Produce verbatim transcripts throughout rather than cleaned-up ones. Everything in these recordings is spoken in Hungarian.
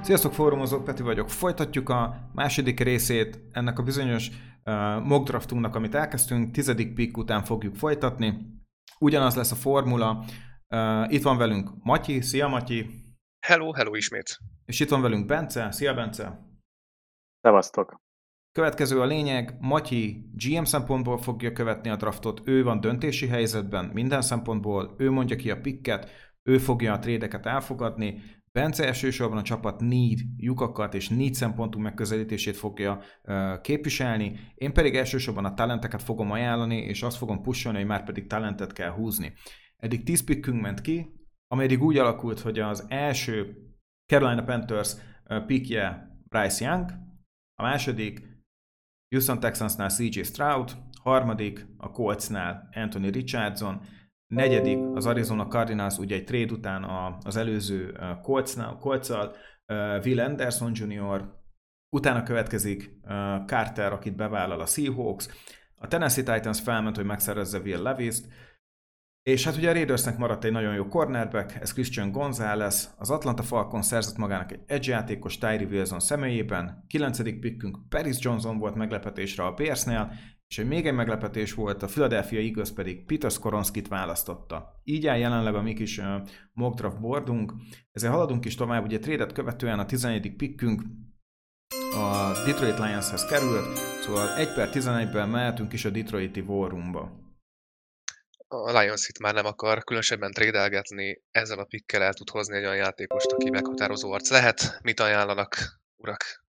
Sziasztok, fórumozók, Peti vagyok. Folytatjuk a második részét ennek a bizonyos uh, mock draftunknak, amit elkezdtünk. Tizedik pick után fogjuk folytatni. Ugyanaz lesz a formula. Uh, itt van velünk Matyi. Szia, Matyi! Hello, hello ismét! És itt van velünk Bence. Szia, Bence! Szevasztok! Következő a lényeg. Matyi gé em szempontból fogja követni a draftot. Ő van döntési helyzetben minden szempontból. Ő mondja ki a picket. Ő fogja a trédeket elfogadni. Bence elsősorban a csapat need, lyukakat és need szempontú megközelítését fogja uh, képviselni, én pedig elsősorban a talenteket fogom ajánlani, és azt fogom pusolni, hogy már pedig talentet kell húzni. Eddig tíz pickünk ment ki, ameddig úgy alakult, hogy az első Carolina Panthers uh, pickje Bryce Young, a második Houston Texansnál cé jé Stroud, harmadik a Coltsnál Anthony Richardson, negyedik az Arizona Cardinals, ugye egy trade után az előző Colts-szal, Will Anderson junior, utána következik Carter, akit bevállal a Seahawks, a Tennessee Titans felment, hogy megszerezze Will Levis-t, és hát ugye a Raidersnek maradt egy nagyon jó cornerback, ez Christian Gonzalez, az Atlanta Falcons szerzett magának egy edge játékos Tyree Wilson személyében, kilencedik pickünk Paris Johnson volt meglepetésre a Bearsnél, és még egy meglepetés volt, a Philadelphia Eagles pedig Peter Skoronskit választotta. Így áll jelenleg a mi kis uh, mock draft boardunk. Ezzel haladunk is tovább, ugye trade-et követően a tizennegyedik pickünk a Detroit Lionshez került, szóval egy per tizenegyben mehetünk is a Detroiti War Roomba. A Lions itt már nem akar különösebben trédelgetni, ezzel a pickkel el tud hozni egy olyan játékost, aki meghatározó arc lehet. Mit ajánlanak, urak?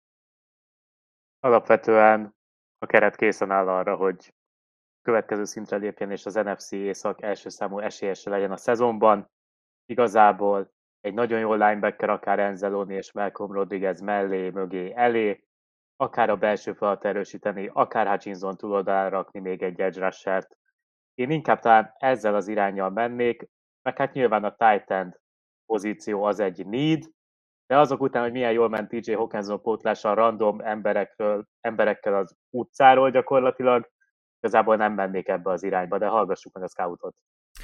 Alapvetően a keret készen áll arra, hogy következő szintre lépjen, és az en ef cé Észak első számú esélyese legyen a szezonban. Igazából egy nagyon jó linebacker, akár Anzalone és Malcolm Rodriguez mellé, mögé, elé, akár a belső falat erősíteni, akár Hutchinson túloldalára rakni még egy edge rushert. Én inkább talán ezzel az iránnyal mennék, meg hát nyilván a tight end pozíció az egy need, de azok után, hogy milyen jól ment té jé Hawkinson pótlása a random emberekről, emberekkel az utcáról gyakorlatilag, igazából nem mennék ebbe az irányba, de hallgassuk meg a scoutot.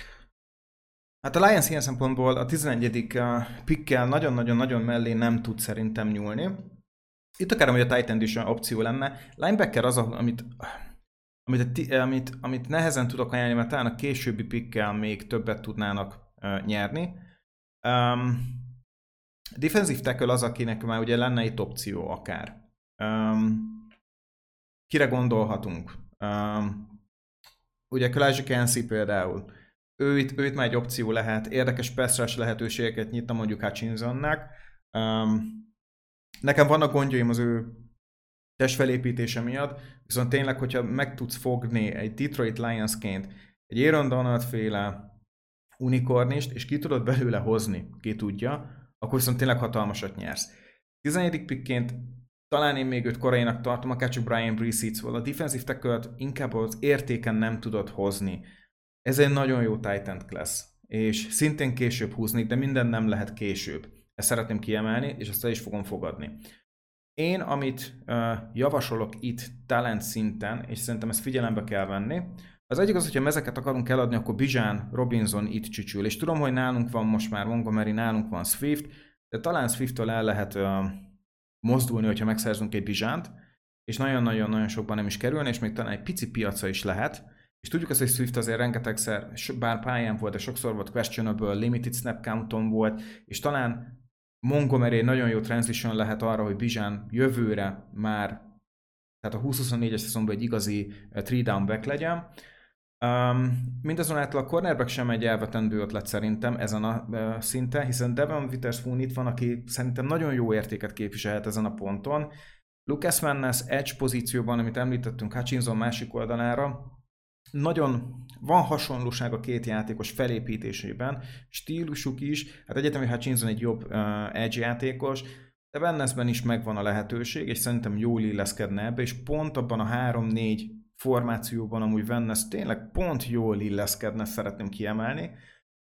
Hát a Lions ilyen szempontból a tizenegyedik pickkel nagyon-nagyon-nagyon mellé nem tud szerintem nyúlni. Itt akár, hogy a tight end is olyan opció lenne. Linebacker az, amit, amit, amit, amit nehezen tudok ajánlani, mert talán a későbbi pickkel még többet tudnának uh, nyerni. Um, defensive tackle az, akinek már ugye lenne itt opció akár. Um, kire gondolhatunk? Um, ugye Kalaji Kensi például. Ő itt, ő itt már egy opció lehet, érdekes pass rush lehetőségeket nyitna mondjuk Hutchinsonnak. Um, nekem vannak gondjaim az ő testfelépítése miatt, viszont tényleg, hogyha meg tudsz fogni egy Detroit Lionsként egy Aaron Donald féle unikornist, és ki tudod belőle hozni, ki tudja, akkor viszont tényleg hatalmasat nyersz. tizenegyedik pickként talán én még őt korainak tartom, akár csak Brian Brisitz-val. A defensive tackle-t inkább az értéken nem tudod hozni. Ez egy nagyon jó tight end class, és szintén később húzni, de minden nem lehet később. Ezt szeretném kiemelni, és ezt el is fogom fogadni. Én, amit uh, javasolok itt talent szinten, és szerintem ezt figyelembe kell venni, az egyik az, hogyha mezeket akarunk eladni, akkor Bijan Robinson itt csücsül. És tudom, hogy nálunk van most már Montgomery, nálunk van Swift, de talán Swifttől el lehet uh, mozdulni, hogyha megszerzünk egy Bijant, és nagyon-nagyon-nagyon sokban nem is kerülne, és még talán egy pici piaca is lehet. És tudjuk azt, hogy Swift azért rengetegszer, bár pályán volt, de sokszor volt questionable, limited snap counton volt, és talán Montgomery nagyon jó transition lehet arra, hogy Bijan jövőre már, tehát a húsz huszonnégyes szezonban egy igazi three down back legyen. Um, mindazonáltal a cornerback sem egy elvetendő ötlet szerintem ezen a uh, szinten, hiszen Devon Witherspoon itt van, aki szerintem nagyon jó értéket képviselhet ezen a ponton. Lucas Van Ness edge pozícióban, amit említettünk Hutchinson másik oldalára, nagyon van hasonlóság a két játékos felépítésében, stílusuk is, hát egyetemi Hutchinson egy jobb uh, edge játékos, de Van Nessben is megvan a lehetőség, és szerintem jól illeszkedne ebbe, és pont abban a három-négy formációban amúgy Van Ness tényleg pont jól illeszkedne, szeretném kiemelni.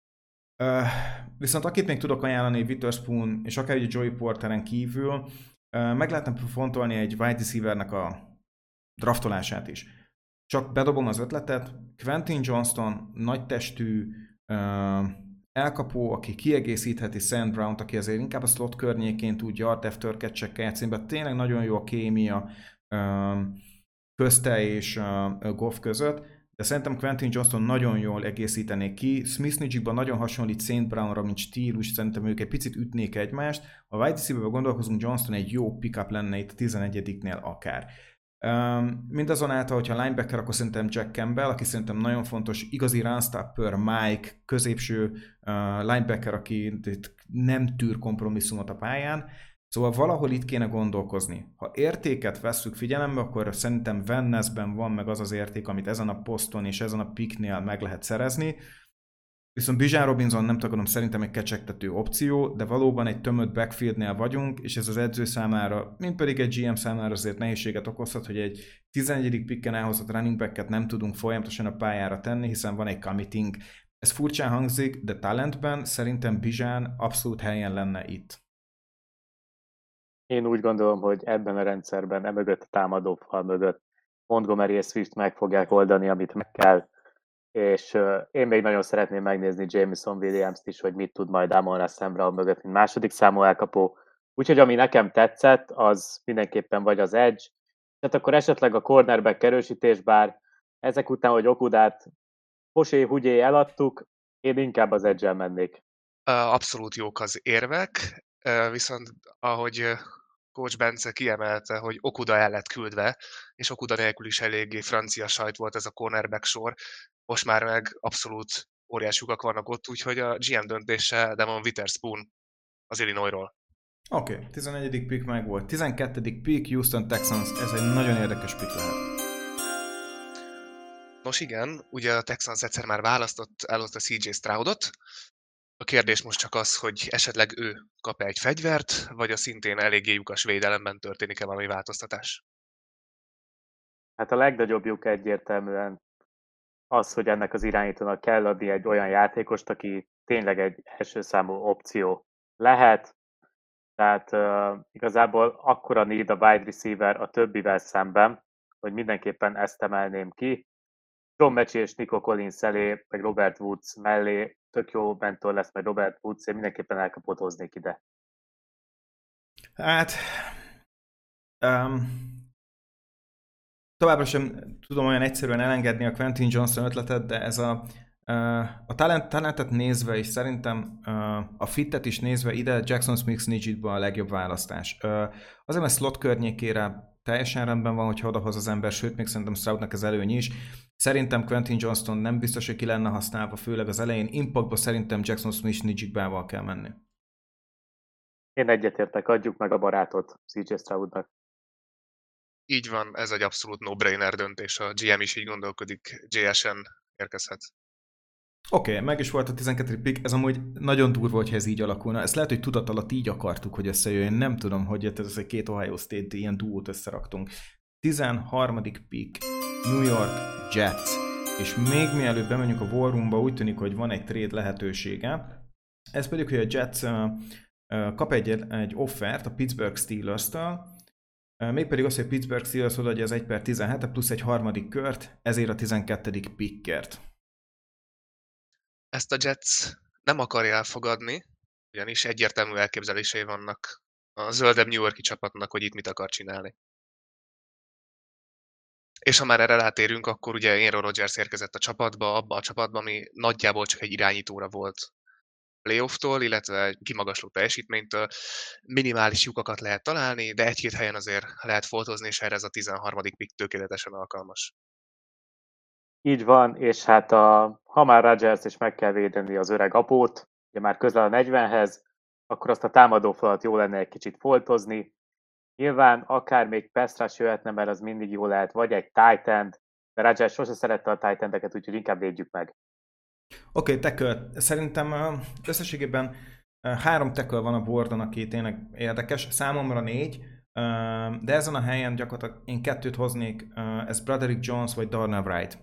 Uh, viszont akit még tudok ajánlani, Witherspoon, és akár egy Joey Porteren kívül, uh, meg lehetne fontolni egy wide receivernek a draftolását is. Csak bedobom az ötletet, Quentin Johnston, nagy testű, uh, elkapó, aki kiegészítheti Saint Brown-t, aki azért inkább a slot környékén tud yard after catch-ekkel játszani, tényleg nagyon jó a kémia közte és Goff között, de szerintem Quentin Johnston nagyon jól egészítené ki. Smith-Njigba nagyon hasonlít Saint Brownra, mint stílus, szerintem ők egy picit ütnék egymást. A wide receiverbe gondolkozunk, Johnston egy jó pick-up lenne itt a tizenegyediknél akár. Um, mindazonáltal, hogyha linebacker, akkor szerintem Jack Campbell, aki szerintem nagyon fontos, igazi run-stopper, Mike, középső uh, linebacker, aki nem tűr kompromisszumot a pályán. Szóval valahol itt kéne gondolkozni. Ha értéket vesszük figyelembe, akkor szerintem Van Nessben van meg az az érték, amit ezen a poszton és ezen a picknél meg lehet szerezni. Viszont Bijan Robinson nem tagadom, szerintem egy kecsegtető opció, de valóban egy tömött backfieldnél vagyunk, és ez az edző számára, mint pedig egy gé em számára azért nehézséget okozhat, hogy egy tizenegyedik picken elhozott running backet nem tudunk folyamatosan a pályára tenni, hiszen van egy committing. Ez furcsán hangzik, de talentben szerintem Bijan abszolút helyen lenne itt. Én úgy gondolom, hogy ebben a rendszerben, emögött a támadófal mögött Montgomery és Swift meg fogják oldani, amit meg kell, és uh, én még nagyon szeretném megnézni Jameson Williams-t is, hogy mit tud majd Amon-Ra Saint Brown mögött, mint második számú elkapó. Úgyhogy ami nekem tetszett, az mindenképpen vagy az edge, tehát akkor esetleg a cornerback erősítés, bár ezek után, hogy Okudát posé-hugyé eladtuk, én inkább az edge-el mennék. Abszolút jók az érvek, viszont ahogy Coach Bence kiemelte, hogy Okuda el lett küldve, és Okuda nélkül is eléggé francia sajt volt ez a cornerback sor, most már meg abszolút óriás lyukak vannak ott, úgyhogy a gé em döntése Devon Witherspoon az Illinoisról. Oké, okay, tizenegyedik pick meg volt. tizenkettedik pick, Houston Texans, ez egy nagyon érdekes pick lehet. Nos igen, ugye a Texans egyszer már választott, elhozta cé jé Stroudot. A kérdés most csak az, hogy esetleg ő kap egy fegyvert, vagy a szintén eléggé lyukas védelemben történik-e valami változtatás? Hát a legnagyobb lyuk egyértelműen az, hogy ennek az irányítónak kell adni egy olyan játékost, aki tényleg egy első számú opció lehet. Tehát uh, igazából akkora need a wide receiver a többivel szemben, hogy mindenképpen ezt emelném ki. John Mechie és Nico Collins elé, meg Robert Woods mellé tök jó mentor lesz, meg Robert Woods, én mindenképpen elkapott hoznék ide. Hát... Um, továbbra sem tudom olyan egyszerűen elengedni a Quentin Johnston ötletet, de ez a, uh, a talent, talentet nézve, és szerintem uh, a fittet is nézve ide Jackson Smith-Njigba a legjobb választás. Uh, azért, mert slot környékére teljesen rendben van, hogyha odahoz az ember, sőt, még szerintem Stroudnak ez előny is. Szerintem Quentin Johnston nem biztos, hogy ki lenne használva, főleg az elején. Impactba szerintem Jackson Smith-Njigbával kell menni. Én egyetértek, adjuk meg a barátot cé jé Stroudnak. Így van, ez egy abszolút no-brainer döntés, a gé em is így gondolkodik, jé es-en érkezhet. Oké, okay, meg is volt a tizenkettedik pick, ez amúgy nagyon durva, hogyha ez így alakulna. Ezt lehet, hogy tudat alatt így akartuk, hogy összejöjjön. Nem tudom, hogy ez egy két Ohio State ilyen duót összeraktunk. tizenharmadik pick, New York Jets. És még mielőtt bemegyünk a War Roomba, úgy tűnik, hogy van egy trade lehetősége. Ez pedig, hogy a Jets uh, uh, kap egy, egy offert a Pittsburgh Steelers-től, uh, mégpedig az, hogy a Pittsburgh Steelers odaadja az egy per tizenhet plusz egy harmadik kört, ezért a tizenkettedik pickért. Ezt a Jets nem akarja elfogadni, ugyanis egyértelmű elképzelései vannak a zöldebb New York-i csapatnak, hogy itt mit akar csinálni. És ha már erre rátérünk, akkor ugye Aaron Rodgers érkezett a csapatba, abba a csapatba, ami nagyjából csak egy irányítóra volt playoff-tól, illetve kimagasló teljesítménytől. Minimális lyukakat lehet találni, de egy-két helyen azért lehet foltozni, és erre ez a tizenharmadik pick tökéletesen alkalmas. Így van, és hát a, ha már Rodgers is meg kell védeni az öreg apót, ugye már közel a negyvenhez, akkor azt a támadófalat jó lenne egy kicsit foltozni. Nyilván akár még pass rush jöhetne, mert az mindig jó lehet, vagy egy tight end, de Rodgers sose szerette a tight endeket, úgyhogy inkább védjük meg. Oké, okay, tackle. Szerintem összességében három tackle van a boardon, aki tényleg érdekes. Számomra négy, de ezen a helyen gyakorlatilag én kettőt hoznék, ez Broderick Jones vagy Darnell Wright.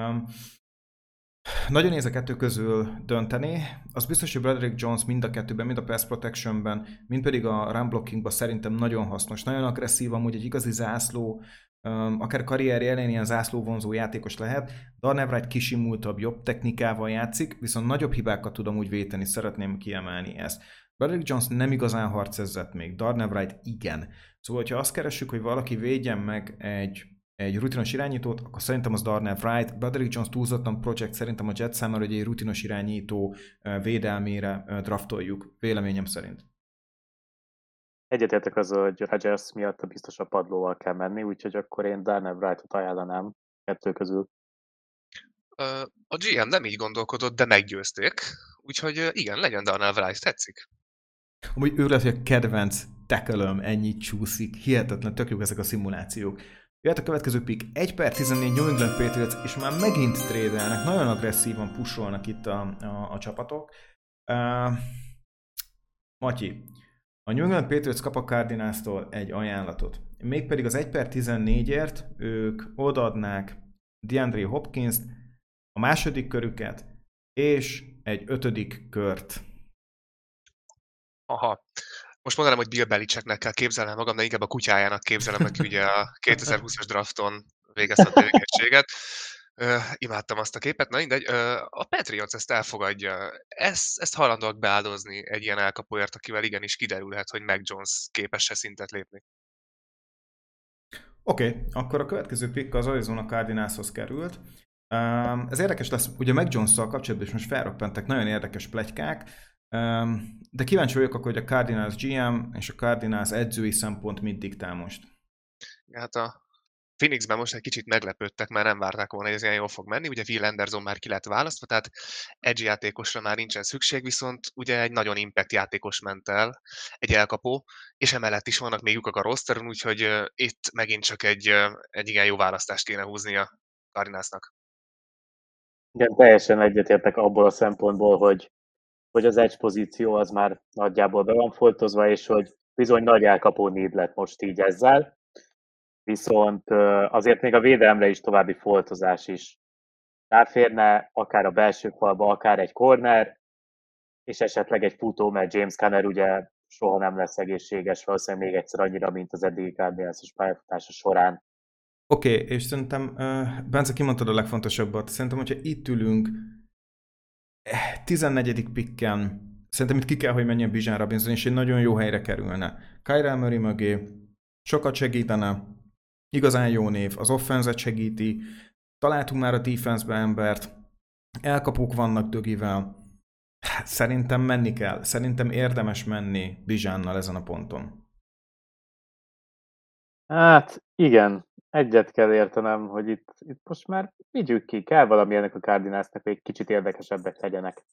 Nagyon nehéz a kettő közül dönteni. Az biztos, hogy Broderick Jones mind a kettőben, mind a pass protectionben, mind pedig a run blockingban szerintem nagyon hasznos. Nagyon agresszív, amúgy egy igazi zászló, akár karrierje elején ilyen zászlóvonzó játékos lehet. Darnell Wright kisimultabb, jobb technikával játszik, viszont nagyobb hibákat tudom úgy véteni, szeretném kiemelni ezt. Broderick Jones nem igazán harcezzett még, Darnell Wright igen. Szóval, ha azt keressük, hogy valaki védjen meg egy, egy rutinos irányítót, akkor szerintem az Darnell Wright. Broderick Jones túlzottan projekt szerintem a Jets számára, hogy egy rutinos irányító védelmére draftoljuk, véleményem szerint. Egyetértek azzal, hogy Rodgers miatt a biztos a padlóval kell menni, úgyhogy akkor én Darnell Wright-ot ajánlanám kettő közül. A gé em nem így gondolkodott, de meggyőzték, úgyhogy igen, legyen Darnell Wright, tetszik. Amúgy ő lesz, hogy a kedvenc tackle-öm ennyit csúszik, hihetetlen, tök jók ezek a szimulációk. Jöhet a következő pick, egy per tizennégy New England Patriots, és már megint trédelnek, nagyon agresszívan pusolnak itt a, a, a csapatok. Uh, Matyi, a New England Patriots kap a Cardinals-tól egy ajánlatot. Mégpedig az egy per tizennégyért ők odaadnák DeAndre Hopkins-t, a második körüket, és egy ötödik kört. Aha. Most mondanám, hogy Bill Belichicknek kell képzelnem magam, de inkább a kutyájának képzelem, aki ugye a kétezer-húszas drafton végezte a tevékenységet. Uh, imádtam azt a képet, na mindegy. Uh, a Patriots ezt elfogadja. Ezt, ezt hajlandóak beáldozni egy ilyen elkapóért, akivel igenis kiderülhet, hogy Mac Jones képes-e szintet lépni. Oké, okay, akkor a következő pick az Arizona Cardinalshoz került. Um, ez érdekes lesz, ugye Mac Jones-szal kapcsolatban is most felroppentek nagyon érdekes pletykák, um, de kíváncsi vagyok akkor, hogy a Cardinals gé em és a Cardinals edzői szempont mit diktál most. Hát a Phoenixben most egy kicsit meglepődtek, mert nem várták volna, hogy ez ilyen jól fog menni. Ugye Will Anderson már ki lett választva, tehát edge játékosra már nincsen szükség, viszont ugye egy nagyon impact játékos ment el, egy elkapó, és emellett is vannak még lyukak a rosteron, úgyhogy uh, itt megint csak egy, uh, egy igen jó választást kéne húzni a Cardinalsnak. Igen, teljesen egyetértek abból a szempontból, hogy, hogy az edge pozíció az már nagyjából be van foltozva, és hogy bizony nagy elkapó need lett most így ezzel. Viszont azért még a védelemre is további foltozás is ráférne, akár a belső falba, akár egy corner, és esetleg egy futó, mert James Conner ugye soha nem lesz egészséges, valószínűleg még egyszer annyira, mint az eddigi Cardinals-os pályafutása során. Oké, okay, és szerintem, uh, Bence, kimondtad a legfontosabbat. Szerintem, hogyha itt ülünk tizennegyedik picken, szerintem itt ki kell, hogy menjen Bijan Robinson, és egy nagyon jó helyre kerülne. Kyler Murray mögé, sokat segítene, igazán jó név, az offenzet segíti, találtunk már a defense-be embert, elkapók vannak dögivel. Szerintem menni kell, szerintem érdemes menni Bijannal ezen a ponton. Hát igen, egyet kell értenem, hogy itt, itt most már vigyük ki, kell valami ennek a Cardinalsnak, hogy egy kicsit érdekesebbek legyenek.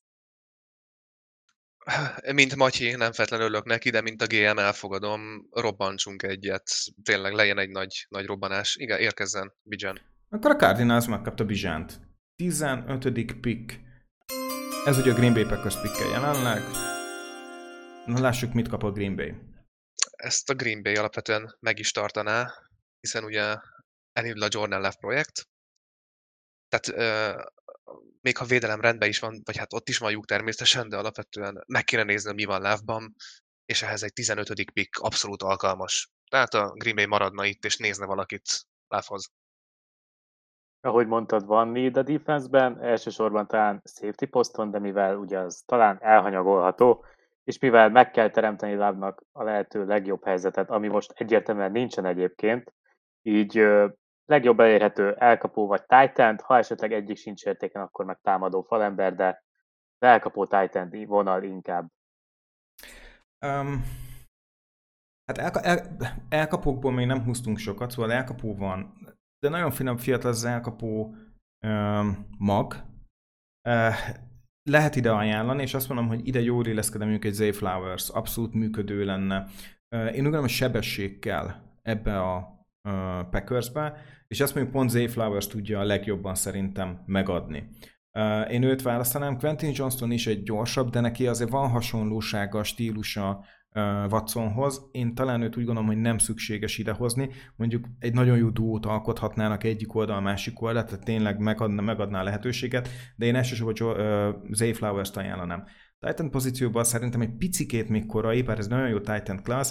Mint Matyi, nem feltétlenül örülök neki, de mint a gé em elfogadom, robbantsunk egyet. Tényleg legyen egy nagy, nagy robbanás. Igen, érkezzen Bijan. Akkor a Cardinals megkapta Bijant. tizenötödik pick. Ez ugye a Green Bay Packers pick-e jelenleg. Na lássuk, mit kap a Green Bay. Ezt a Green Bay alapvetően meg is tartaná, hiszen ugye elindul a Jordan Love projekt. Tehát euh, még ha védelem rendben is van, vagy hát ott is van lyuk természetesen, de alapvetően meg kéne nézni, mi van Love-ban, és ehhez egy tizenötödik pick abszolút alkalmas. Tehát a Green Bay maradna itt, és nézne valakit Love-hoz. Ahogy mondtad, van need a defense-ben, elsősorban talán safety poszton, de mivel ugye az talán elhanyagolható, és mivel meg kell teremteni Love-nak a lehető legjobb helyzetet, ami most egyértelműen nincsen egyébként, így ö, legjobb elérhető elkapó vagy tight end, ha esetleg egyik sincs értéken, akkor meg támadó falember, de elkapó tight end vonal inkább. Um, hát el, el, elkapókból még nem húztunk sokat, szóval elkapó van, de nagyon finom fiatal az elkapó um, mag. Uh, lehet ide ajánlani, és azt mondom, hogy ide jól illeszkedem mondjuk egy Zay Flowers, abszolút működő lenne. Uh, én úgy gondolom, hogy sebesség kell ebbe a uh, Packersbe, és azt mondjuk pont Zay Flowers tudja a legjobban szerintem megadni. Uh, én őt választanám, Quentin Johnston is egy gyorsabb, de neki azért van hasonlósága, a stílusa uh, Watsonhoz. Én talán őt úgy gondolom, hogy nem szükséges idehozni. Mondjuk egy nagyon jó duót alkothatnának egyik oldal, a másik oldal, tehát tényleg megadna, megadná a lehetőséget, de én elsősorban uh, Zay Flowers-t ajánlanám. Titan pozícióban szerintem egy picikét még korai, bár ez nagyon jó Titan class,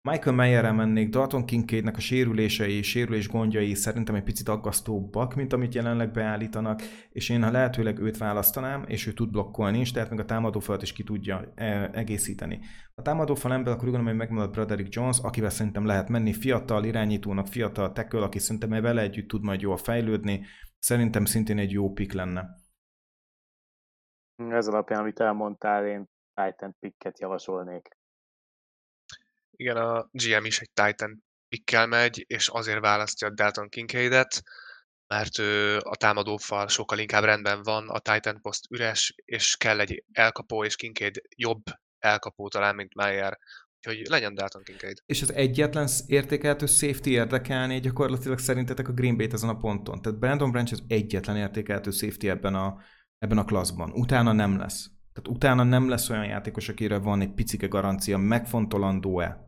Michael Mayerrel mennék, Dalton Kincaidnek a sérülései, sérülés gondjai szerintem egy picit aggasztóbbak, mint amit jelenleg beállítanak, és én ha lehetőleg őt választanám, és ő tud blokkolni is, tehát meg a támadófalat is ki tudja e- egészíteni. A támadófal ember, akkor úgy gondolom, hogy megmarad Broderick Jones, akivel szerintem lehet menni, fiatal irányítónak, fiatal tackle, aki szerintem vele együtt tud majd jól fejlődni, szerintem szintén egy jó pick lenne. Ez alapján, amit elmondtál, én Titan picket javasolnék. Igen, a gé em is egy Titan pickkel megy, és azért választja Dalton Kincaidet, mert ő a támadófal sokkal inkább rendben van, a Titan poszt üres, és kell egy elkapó, és Kincaid jobb elkapó talán, mint Mayer. Úgyhogy legyen Dalton Kincaid. És az egyetlen értékelhető safety érdekelné gyakorlatilag szerintetek a Green Bay-t ezen a ponton. Tehát Brandon Branch az egyetlen értékelhető safety ebben a, ebben a klasszban. Utána nem lesz. Tehát utána nem lesz olyan játékos, akire van egy picike garancia, megfontolandó-e?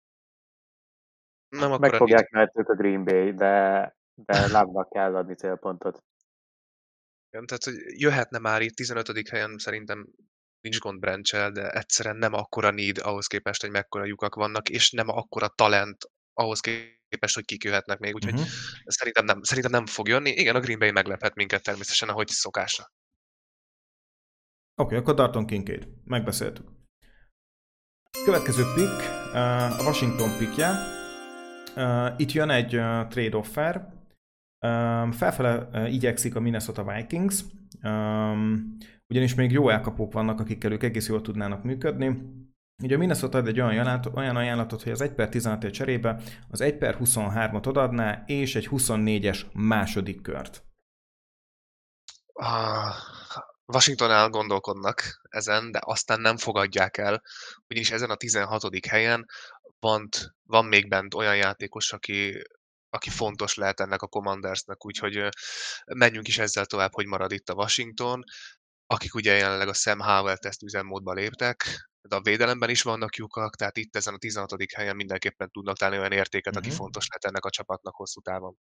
Nem Meg fogják mehetők a Green Bay, de, de lábnak kell adni célpontot. Igen, tehát hogy jöhetne már itt tizenötödik helyen szerintem nincs gond Branch-el, de egyszerűen nem akkora need ahhoz képest, hogy mekkora lyukak vannak, és nem akkora talent ahhoz képest, hogy kik jöhetnek még, úgyhogy Uh-huh. szerintem, nem, szerintem nem fog jönni. Igen, a Green Bay meglephet minket természetesen, ahogy szokásra. Oké, okay, akkor Dalton Kincaid. Megbeszéltük. Következő pick, uh, a Washington pickje. Uh, itt jön egy uh, trade offer. Um, felfele uh, igyekszik a Minnesota Vikings, um, ugyanis még jó elkapók vannak, akikkel ők egész jól tudnának működni. Ugye a Minnesota ad egy olyan ajánlatot, olyan ajánlatot, hogy az egy per tizenhat cserébe az egy per huszonhármat odadná, és egy huszonnégyes második kört. Ah, Washingtonnál gondolkodnak ezen, de aztán nem fogadják el, ugyanis ezen a tizenhatodik helyen van, van még bent olyan játékos, aki, aki fontos lehet ennek a Commandersnek, úgyhogy menjünk is ezzel tovább, hogy marad itt a Washington, akik ugye jelenleg a Sam Howell teszt üzemmódba léptek, de a védelemben is vannak lyukak, tehát itt ezen a tizenhatodik helyen mindenképpen tudnak találni olyan értéket, Uh-huh. aki fontos lehet ennek a csapatnak hosszú távon.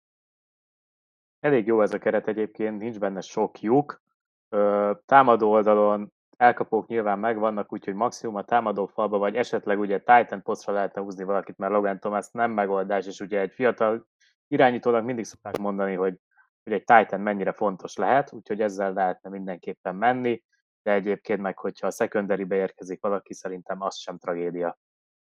Elég jó ez a keret egyébként, nincs benne sok lyuk. Ö, támadó oldalon elkapók nyilván megvannak, úgyhogy maximum a támadó falba, vagy esetleg ugye Titan posztra lehetne húzni valakit, mert Logan Thomas nem megoldás, és ugye egy fiatal irányítónak mindig szokták mondani, hogy, hogy egy Titan mennyire fontos lehet, úgyhogy ezzel lehetne mindenképpen menni, de egyébként meg, hogyha a secondary-be érkezik valaki, szerintem az sem tragédia.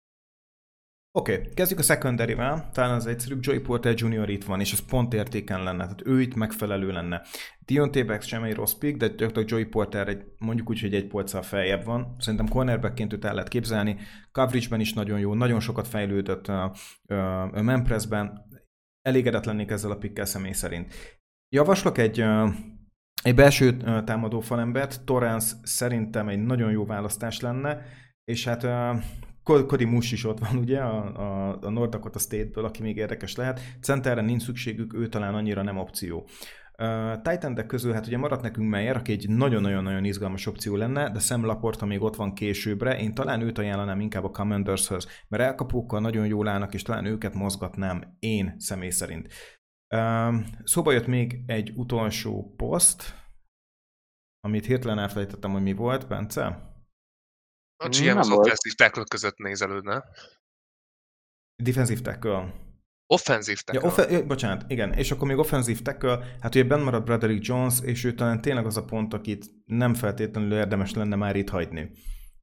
Oké, okay, kezdjük a secondary-vel, talán az egyszerűbb, Joey Porter junior itt van, és az pont értéken lenne, tehát ő itt megfelelő lenne. Diontae Banks sem egy rossz pick, de gyakorlatilag Joey Porter egy, mondjuk úgy, hogy egy polccal feljebb van. Szerintem cornerbackként őt el lehet képzelni. Coverage-ben is nagyon jó, nagyon sokat fejlődött a, a, a man-pressben. Elégedett lennék ezzel a pickkel személy szerint. Javaslok egy, egy belső támadó falembert, Torrance szerintem egy nagyon jó választás lenne, és hát Cody Mush is ott van, ugye, a, a, a North Dakota State-ből, aki még érdekes lehet. Centerre nincs szükségük, ő talán annyira nem opció. Uh, Titan-ek közül, hát ugye maradt nekünk Meyer, aki egy nagyon-nagyon-nagyon izgalmas opció lenne, de Sam Laporta még ott van későbbre, én talán őt ajánlanám inkább a Commandershöz, mert elkapókkal nagyon jól állnak, és talán őket mozgatnám én személy szerint. Uh, szóba jött még egy utolsó poszt, amit hirtelen elfelejtettem, hogy mi volt, Bence? A gé em az offensive tackle között nézelődne. Defensive tackle. Offensive tackle. Ja, offe- bocsánat, igen. És akkor még offensive tackle, hát ugye benn marad Broderick Jones, és ő talán tényleg az a pont, akit nem feltétlenül érdemes lenne már itt hagyni.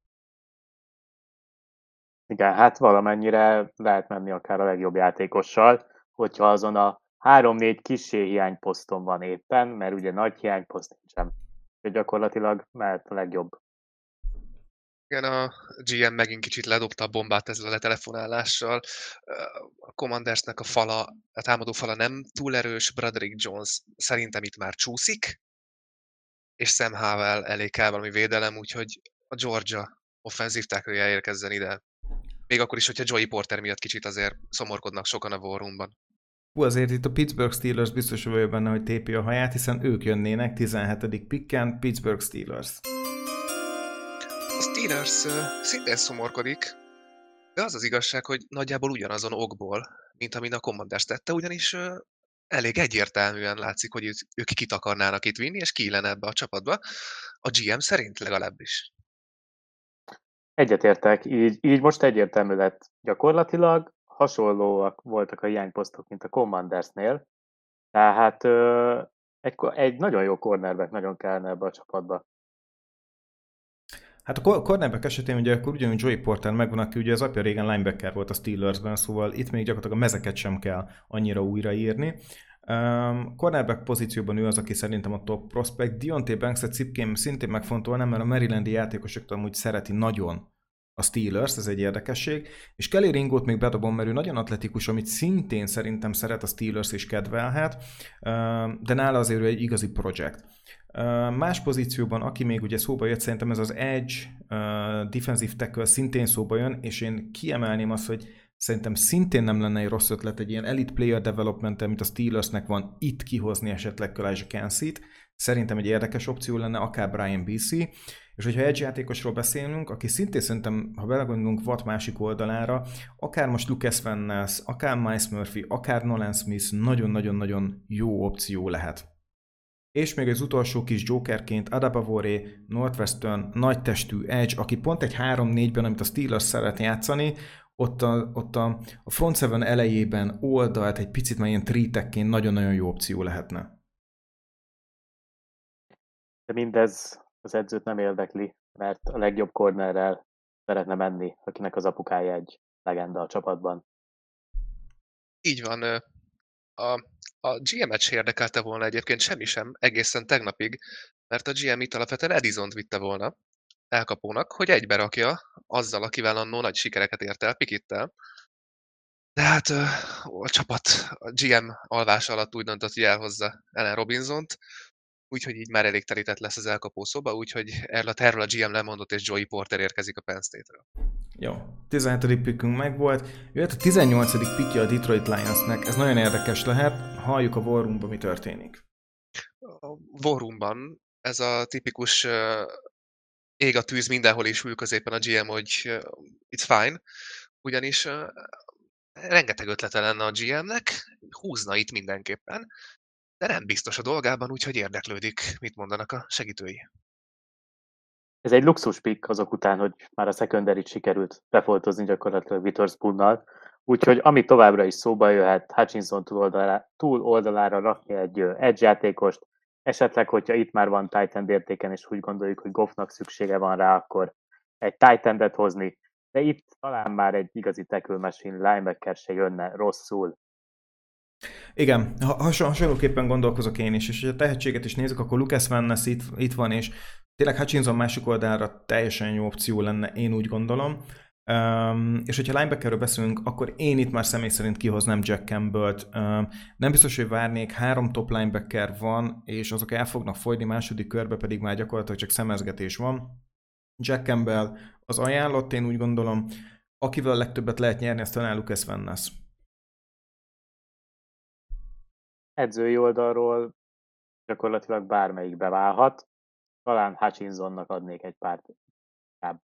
Igen, hát valamennyire lehet menni akár a legjobb játékossal, hogyha azon a három-négy kissé hiányposzton van éppen, mert ugye nagy hiányposzt nincsen. Úgyhogy gyakorlatilag mehet a legjobb. Igen, a gé em megint kicsit ledobta a bombát ezzel a letelefonálással. A Commandersnek a fala, a támadó fala nem túl erős, Broderick Jones szerintem itt már csúszik, és Sam Howell elég kell valami védelem, úgyhogy a Georgia offensive tackle-je érkezzen ide. Még akkor is, hogyha Joey Porter miatt kicsit azért szomorkodnak sokan a War Room-ban. Hú, azért itt a Pittsburgh Steelers biztos vagyok benne, hogy tépi a haját, hiszen ők jönnének tizenhetedik picken, Pittsburgh Steelers. A Steelers uh, szintén szomorkodik, de az az igazság, hogy nagyjából ugyanazon okból, mint amin a Commanders tette, ugyanis uh, elég egyértelműen látszik, hogy ők kit akarnának itt vinni, és ki lenne ebbe a csapatba. A gé em szerint legalábbis. Egyetértek, így, így most egyértelmű lett. Gyakorlatilag hasonlóak voltak a hiányposztok, mint a Commandersnél, tehát ö, egy, egy nagyon jó cornerback nagyon kellene ebbe a csapatba. Hát a cornerback esetén ugye akkor ugyanúgy Joey Porter megvan, aki ugye az apja régen linebacker volt a Steelersben, szóval itt még gyakorlatilag a mezeket sem kell annyira újraírni. Um, cornerback pozícióban ő az, aki szerintem a top prospect. Deontay Banks-et cipkém szintén megfontolnám, mert a Marylandi játékosoktól amúgy szereti nagyon a Steelers, ez egy érdekesség, és Kelly Ringot még bedobom, mert ő nagyon atletikus, amit szintén szerintem szeret a Steelers és kedvelhet, de nála azért ő egy igazi projekt. Más pozícióban, aki még ugye szóba jött, szerintem ez az edge, defensive tackle szintén szóba jön, és én kiemelném azt, hogy szerintem szintén nem lenne egy rossz ötlet egy ilyen elite player development, mint a Steelersnek van, itt kihozni esetleg Elijah Cansey-t. Szerintem egy érdekes opció lenne, akár Brian Beasley. És hogyha edge játékosról beszélünk, aki szintén szerintem, ha belegondolunk Watt másik oldalára, akár most Lucas Van Ness, akár Miles Murphy, akár Nolan Smith nagyon-nagyon-nagyon jó opció lehet. És még az utolsó kis jokerként Adebawore, Northwestern, nagytestű edge, aki pont egy három négyben, amit a Steelers szeret játszani, ott a, ott a, a front seven elejében oldalt egy picit már ilyen trítekként nagyon-nagyon jó opció lehetne. De mindez az edzőt nem érdekli, mert a legjobb cornerrel szeretne menni, akinek az apukája egy legenda a csapatban. Így van. A, a gé em-et se érdekelte volna egyébként semmi sem egészen tegnapig, mert a gé em itt alapvetően Edisont vitte volna elkapónak, hogy egybe rakja azzal, akivel annó nagy sikereket ért el, Pickettel. De hát a csapat a gé em alvása alatt úgy döntött, hogy elhozza Allen Robinsont, úgyhogy így már elég terített lesz az elkapó szoba, úgyhogy erről a tervről a gé em lemondott, és Joey Porter érkezik a Penn State-ről. Jó, tizenhetedik pickünk megvolt, jöhet a tizennyolcadik pickje a Detroit Lionsnek, ez nagyon érdekes lehet, halljuk a War Roomban mi történik. A War Roomban ez a tipikus uh, ég a tűz mindenhol is ül középen a gé em, hogy uh, it's fine, ugyanis uh, rengeteg ötlete lenne a gé em-nek, húzna itt mindenképpen, de nem biztos a dolgában, úgyhogy érdeklődik, mit mondanak a segítői. Ez egy luxus pick azok után, hogy már a secondary-t sikerült befoltozni gyakorlatilag Witherspoonnal, úgyhogy ami továbbra is szóba jöhet, Hutchinson túl, oldalá, túl oldalára rakni egy edge játékost, esetleg, hogyha itt már van tight end értéken, és úgy gondoljuk, hogy Goffnak szüksége van rá, akkor egy tight endet hozni, de itt talán már egy igazi tackle machine linebacker se jönne rosszul. Igen, has- hasonlóképpen gondolkozok én is, és ha a tehetséget is nézzük, akkor Lucas Van Ness itt, itt van, és tényleg Hutchinson másik oldalra teljesen jó opció lenne, én úgy gondolom. Um, és hogyha linebackerről beszélünk, akkor én itt már személy szerint kihoznám Jack Campbell-t. Um, nem biztos, hogy várnék, három top linebacker van, és azok el fognak folyni, második körbe pedig már gyakorlatilag csak szemezgetés van. Jack Campbell az ajánlott, én úgy gondolom, akivel a legtöbbet lehet nyerni, ezt talán Lucas Van Ness. Edzői oldalról gyakorlatilag bármelyik beválhat, talán Hutchinsonnak adnék egy pár tább.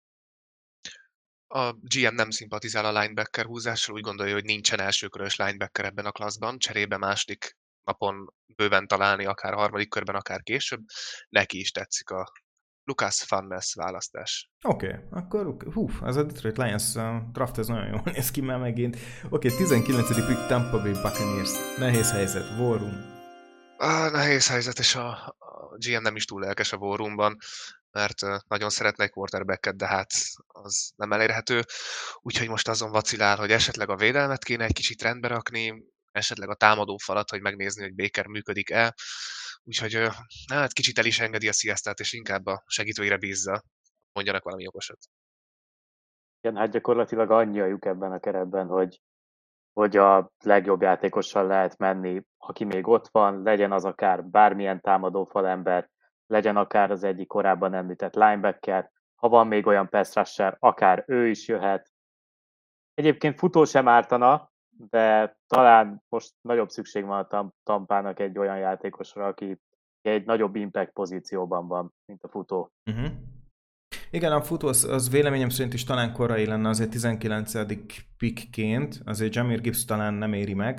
A gé em nem szimpatizál a linebacker húzással, úgy gondolja, hogy nincsen elsőkörös linebacker ebben a klasszban, cserébe második napon bőven találni, akár harmadik körben, akár később. Neki is tetszik a Lucas Van Ness választás. Oké, okay, akkor hú, ez a Detroit Lions draft, ez nagyon jól néz ki már megint. Oké, okay, tizenkilencedik pick Tampa Bay Buccaneers. Nehéz helyzet, War Room. Ah, nehéz helyzet, és a, a gé em nem is túl lelkes a War Roomban, mert nagyon szeretne egy quarterbacket, de hát az nem elérhető. Úgyhogy most azon vacilál, hogy esetleg a védelmet kéne egy kicsit rendbe rakni, esetleg a támadó falat, hogy megnézni, hogy Baker működik-e. Úgyhogy hát kicsit el is engedi a sziasztát, és inkább a segítőire bízza. Mondjanak valami okosat. Igen, hát gyakorlatilag annyi a lyuk ebben a keretben, hogy, hogy a legjobb játékossal lehet menni, aki még ott van, legyen az akár bármilyen támadó falember, legyen akár az egyik korábban említett linebacker, ha van még olyan pass rusher, akár ő is jöhet. Egyébként futó sem ártana, de talán most nagyobb szükség van a Tampának egy olyan játékosra, aki egy nagyobb impact pozícióban van, mint a futó. Uh-huh. Igen, a futó az, az véleményem szerint is talán korai lenne, azért tizenkilencedik pickként, azért Jahmyr Gibbs talán nem éri meg.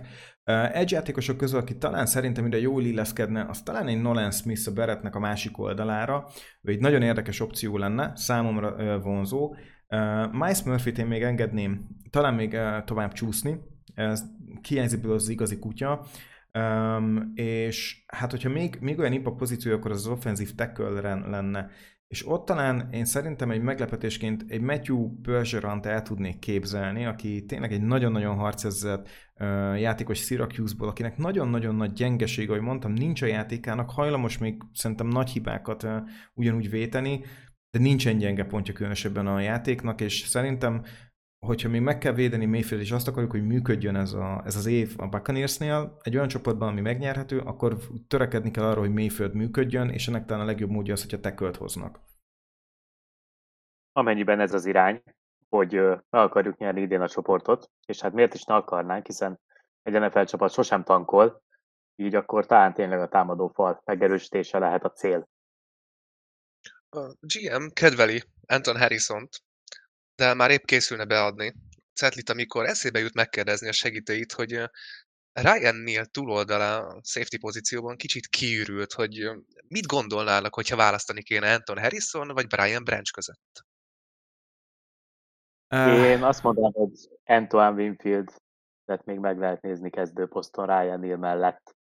Edge játékosok közül, aki talán szerintem ide jól illeszkedne, az talán egy Nolan Smith a Barrettnek a másik oldalára, ő egy nagyon érdekes opció lenne, számomra vonzó. Miles Murphy-t én még engedném talán még tovább csúszni, ez hiányzik az igazi kutya, Um, és hát, hogyha még, még olyan impact pozíció, akkor az, az offenzív tackle lenne. És ott talán én szerintem egy meglepetésként egy Matthew Bergerant el tudnék képzelni, aki tényleg egy nagyon-nagyon harcezett uh, játékos Syracuse-ból, akinek nagyon-nagyon nagy gyengesége, ahogy mondtam, nincs a játékának, hajlamos még szerintem nagy hibákat uh, ugyanúgy véteni, de nincsen gyenge pontja különösebben a játéknak, és szerintem hogyha még meg kell védeni Mayfield, és azt akarjuk, hogy működjön ez, a, ez az év a Buccaneersnél, egy olyan csoportban, ami megnyerhető, akkor törekedni kell arra, hogy Mayfield működjön, és ennek talán a legjobb módja az, hogyha tackle-t hoznak. Amennyiben ez az irány, hogy meg akarjuk nyerni idén a csoportot, és hát miért is ne akarnánk, hiszen egy en ef el csapat sosem tankol, így akkor talán tényleg a támadófal megerősítése lehet a cél. A gé em kedveli Anton Harrisont, de már épp készülne beadni Cetlit, amikor eszébe jut megkérdezni a segítőit, hogy Ryan Neal túloldalán a safety pozícióban kicsit kiürült, hogy mit gondolnának, hogyha választani kéne Anton Harrison vagy Brian Branch között? Én azt mondanám, hogy Antoine Winfield, tehát még meg lehet nézni kezdőposzton Ryan Neal mellett.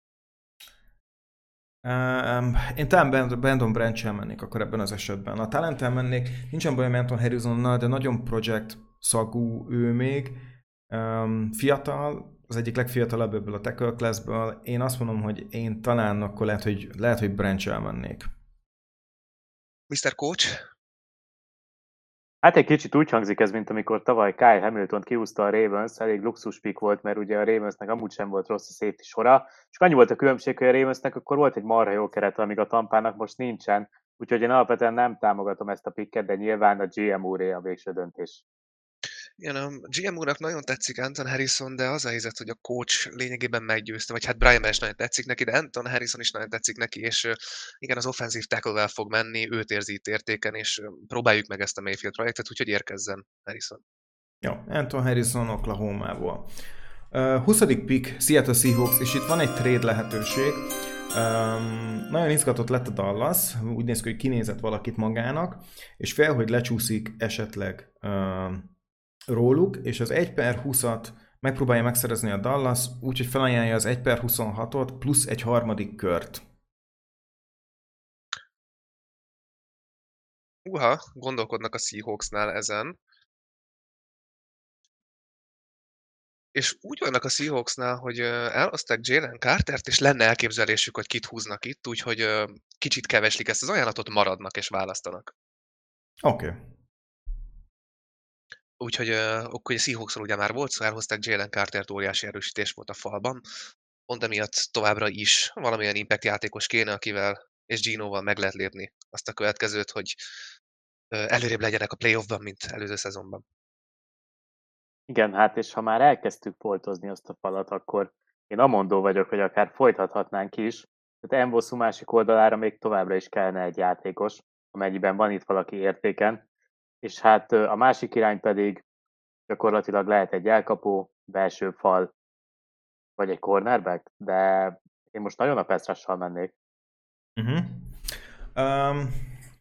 Um, én talán Brandon Branch-el mennék akkor ebben az esetben. A talentel mennék, nincsen bajom Anton Harrisonnal, de nagyon project szagú ő még. Um, fiatal, az egyik legfiatalabb ebből a tackle classből. Én azt mondom, hogy én talán akkor lehet, hogy, lehet, hogy Branch-el mennék. miszter Coach? Hát egy kicsit úgy hangzik ez, mint amikor tavaly Kyle Hamilton kiúzta a Ravens, elég luxus pick volt, mert ugye a Ravensnek amúgy sem volt rossz a safety sora, és annyi volt a különbség, hogy a Ravensnek akkor volt egy marha jó keret, amíg a Tampának most nincsen, úgyhogy én alapvetően nem támogatom ezt a picket, de nyilván a gé em úré a végső döntés. Igen, a gé em úrnak nagyon tetszik Anton Harrison, de az a helyzet, hogy a coach lényegében meggyőzte, vagy hát Brian Branch nagyon tetszik neki, de Anton Harrison is nagyon tetszik neki, és igen, az offenzív tackle-vel fog menni, őt érzi itt értéken, és próbáljuk meg ezt a Mayfield projektet, úgyhogy érkezzen Harrison. Jó, Anton Harrison Oklahomából. Uh, huszadik pick, Seattle Seahawks, és itt van egy trade lehetőség. Um, nagyon izgatott lett a Dallas, úgy néz ki, hogy kinézett valakit magának, és fél, hogy lecsúszik esetleg uh, róluk, és az egy per húszat megpróbálja megszerezni a Dallas, úgyhogy felajánlja az egy per huszonhatot plusz egy harmadik kört. Uha, gondolkodnak a Seahawksnál ezen. És úgy vannak a Seahawksnál, hogy elhozták Jalen Cartert, és lenne elképzelésük, hogy kit húznak itt, úgyhogy kicsit keveslik ezt az ajánlatot, maradnak és választanak. Oké. Okay. Úgyhogy akkor a Seahawksról ugye már volt szó, szóval elhozták Jalen Cartert, óriási erősítés volt a falban. Pont emiatt továbbra is valamilyen impact játékos kéne, akivel és Ginoval meg lehet lépni azt a következőt, hogy előrébb legyenek a playoffban, mint előző szezonban. Igen, hát és ha már elkezdtük foltozni azt a falat, akkor én amondó vagyok, hogy akár folytathatnánk is. Tehát Envosu másik oldalára még továbbra is kellene egy játékos, amennyiben van itt valaki értéken. És hát a másik irány pedig gyakorlatilag lehet egy elkapó, belső fal, vagy egy cornerback, de én most nagyon a pass rush-sal mennék. Uh-huh. Um,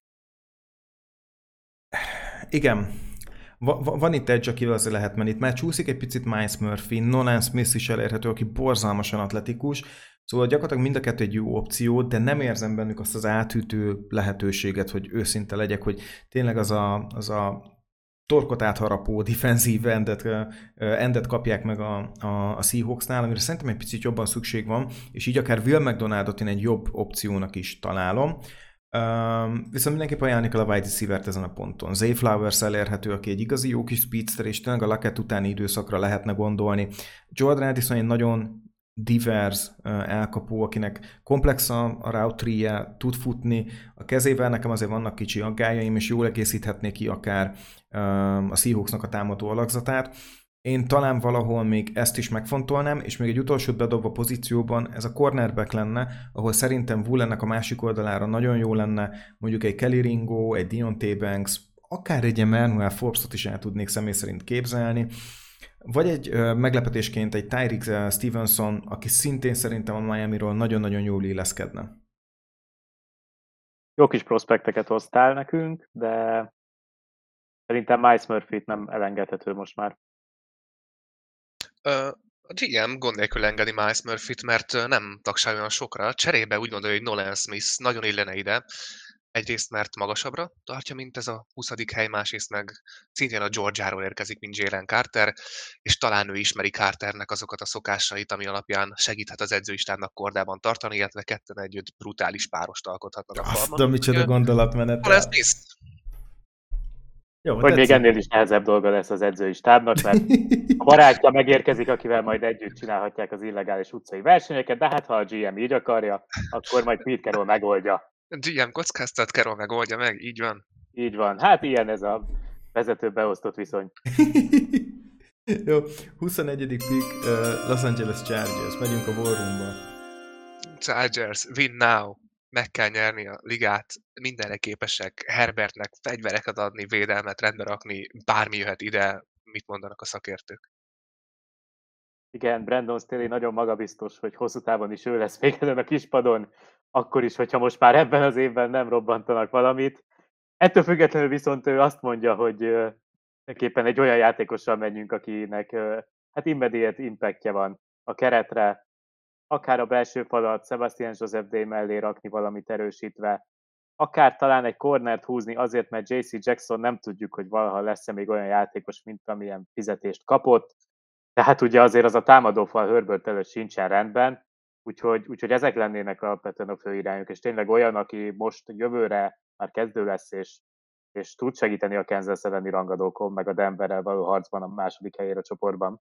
igen. Va- van itt egy, akivel azért lehet menni. Itt már csúszik egy picit Miles Murphy, Nolan Smith is elérhető, aki borzalmasan atletikus. Szóval gyakorlatilag mind a kettő egy jó opció, de nem érzem bennük azt az átütő lehetőséget, hogy őszinte legyek, hogy tényleg az a, az a torkot átharapó defenzív endet, endet kapják meg a, a, a Seahawksnál, amire szerintem egy picit jobban szükség van, és így akár Will McDonaldot én egy jobb opciónak is találom. Um, viszont mindenképp ajánlani kell a wide receiver-t ezen a ponton. Zay Flowers elérhető, aki egy igazi jó kis speedster, és tényleg a Lockett utáni időszakra lehetne gondolni. Jordan Addison egy nagyon divers uh, elkapó, akinek komplex a, a route tree-je, tud futni. A kezével nekem azért vannak kicsi aggájaim, és jól egészíthetné ki akár uh, a Seahawksnak a támadó alakzatát. Én talán valahol még ezt is megfontolnám, és még egy utolsót bedobva pozícióban ez a cornerback lenne, ahol szerintem Wool ennek a másik oldalára nagyon jó lenne, mondjuk egy Kelly Ringo, egy Deontay Banks, akár egy Emmanuel Forbes-ot is el tudnék személy szerint képzelni. vagy egy ö, meglepetésként egy Tyreek Stevenson, aki szintén szerintem a Miamiról nagyon-nagyon jól illeszkedne. Jó kis prospekteket hoztál nekünk, de szerintem Miles Murphy-t nem elengedhető most már. Ö, a gé em gond nélkül engedi Miles Murphy-t, mert ö, nem tagsál olyan sokra. Cserébe úgy gondolja, hogy Nolan Smith nagyon illene ide. Egyrészt, mert magasabbra tartja, mint ez a huszadik hely, másrészt meg szintén a Georgiáról érkezik, mint Jalen Carter, és talán ő ismeri Carternek azokat a szokásait, ami alapján segíthet az edzőistábnak kordában tartani, illetve ketten együtt brutális párost alkothatnak a Azt falban. a micsoda Úgyhogy, gondolatmenet. Nolan Smith. Jó, Hogy még tetszik. ennél is nehezebb dolga lesz az edzői stábnak, mert a barátja megérkezik, akivel majd együtt csinálhatják az illegális utcai versenyeket, de hát ha a gé em így akarja, akkor majd Pete Carroll megoldja. gé em kockáztat, Carroll megoldja meg, így van. Így van. Hát ilyen ez a vezető beosztott viszony. Jó, huszonegyedik pick, uh, Los Angeles Chargers. Megyünk a War Roomba. Chargers, win now. Meg kell nyerni a ligát, mindenre képesek, Herbertnek fegyvereket adni, védelmet rendbe rakni, bármi jöhet ide, mit mondanak a szakértők. Igen, Brandon Staley nagyon magabiztos, hogy hosszú távon is ő lesz még ezen a kispadon, akkor is, hogyha most már ebben az évben nem robbantanak valamit. Ettől függetlenül viszont ő azt mondja, hogy neképpen egy olyan játékossal menjünk, akinek hát immediate impactje van a keretre, akár a belső falat Sebastian Joseph Day mellé rakni valamit erősítve, akár talán egy cornert húzni azért, mert jé cé Jackson nem tudjuk, hogy valaha lesz-e még olyan játékos, mint amilyen fizetést kapott. Tehát ugye azért az a támadófal Herbert előtt sincsen rendben, úgyhogy, úgyhogy ezek lennének alapvetően a fő irányok, és tényleg olyan, aki most jövőre már kezdő lesz, és, és tud segíteni a Kansas elleni rangadókon, meg a Denverrel való harcban a második helyére a csoportban.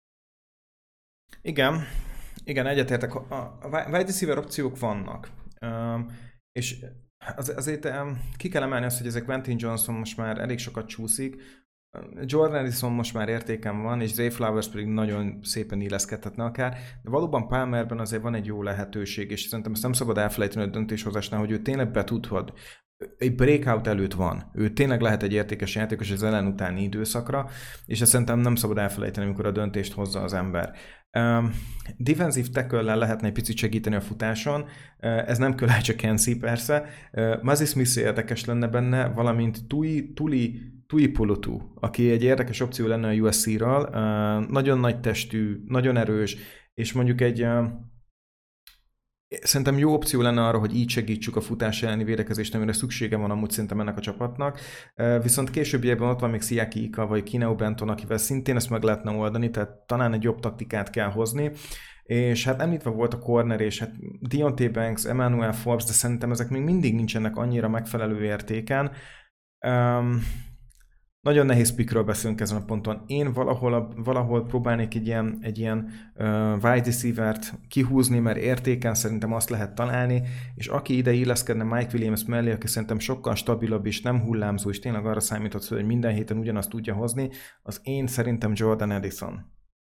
Igen, igen, egyetértek. A wide receiver opciók vannak. Um, és az, azért um, ki kell emelni azt, hogy ezek Quentin Johnson most már elég sokat csúszik, Jordan Addison most már értéken van, és Zay Flowers pedig nagyon szépen illeszkedhetne akár, de valóban Palmerben azért van egy jó lehetőség, és szerintem ezt nem szabad elfelejteni a döntéshozásnál, hogy ő tényleg betudhat. Egy breakout előtt van. Ő tényleg lehet egy értékes játékos az ellen utáni időszakra, és ezt szerintem nem szabad elfelejteni, amikor a döntést hozza az ember. Um, defensive tackle-lel lehetne egy picit segíteni a futáson, uh, ez nem Kölhácsa Kensi persze. Uh, Mazi Smith érdekes lenne benne, valamint Tui, Tuli Tuipulutu, aki egy érdekes opció lenne a u es cé-ről, uh, nagyon nagy testű, nagyon erős, és mondjuk egy uh, szerintem jó opció lenne arra, hogy így segítsük a futás elleni védekezést, amire szüksége van amúgy szerintem ennek a csapatnak. Viszont későbbiekben ott van még Siaki Ika vagy Kineo Benton, akivel szintén ezt meg lehetne oldani, tehát talán egy jobb taktikát kell hozni. És hát említve volt a corner, és hát Deontay Banks, Emmanuel Forbes, de szerintem ezek még mindig nincsenek annyira megfelelő értéken. Um, Nagyon nehéz pickről beszélünk ezen a ponton. Én valahol, a, valahol próbálnék egy ilyen, egy ilyen uh, wide receiver-t kihúzni, mert értéken szerintem azt lehet találni, és aki ide illeszkedne Mike Williams mellé, aki szerintem sokkal stabilabb és nem hullámzó, és tényleg arra számíthatsz, hogy minden héten ugyanazt tudja hozni, az én szerintem Jordan Addison.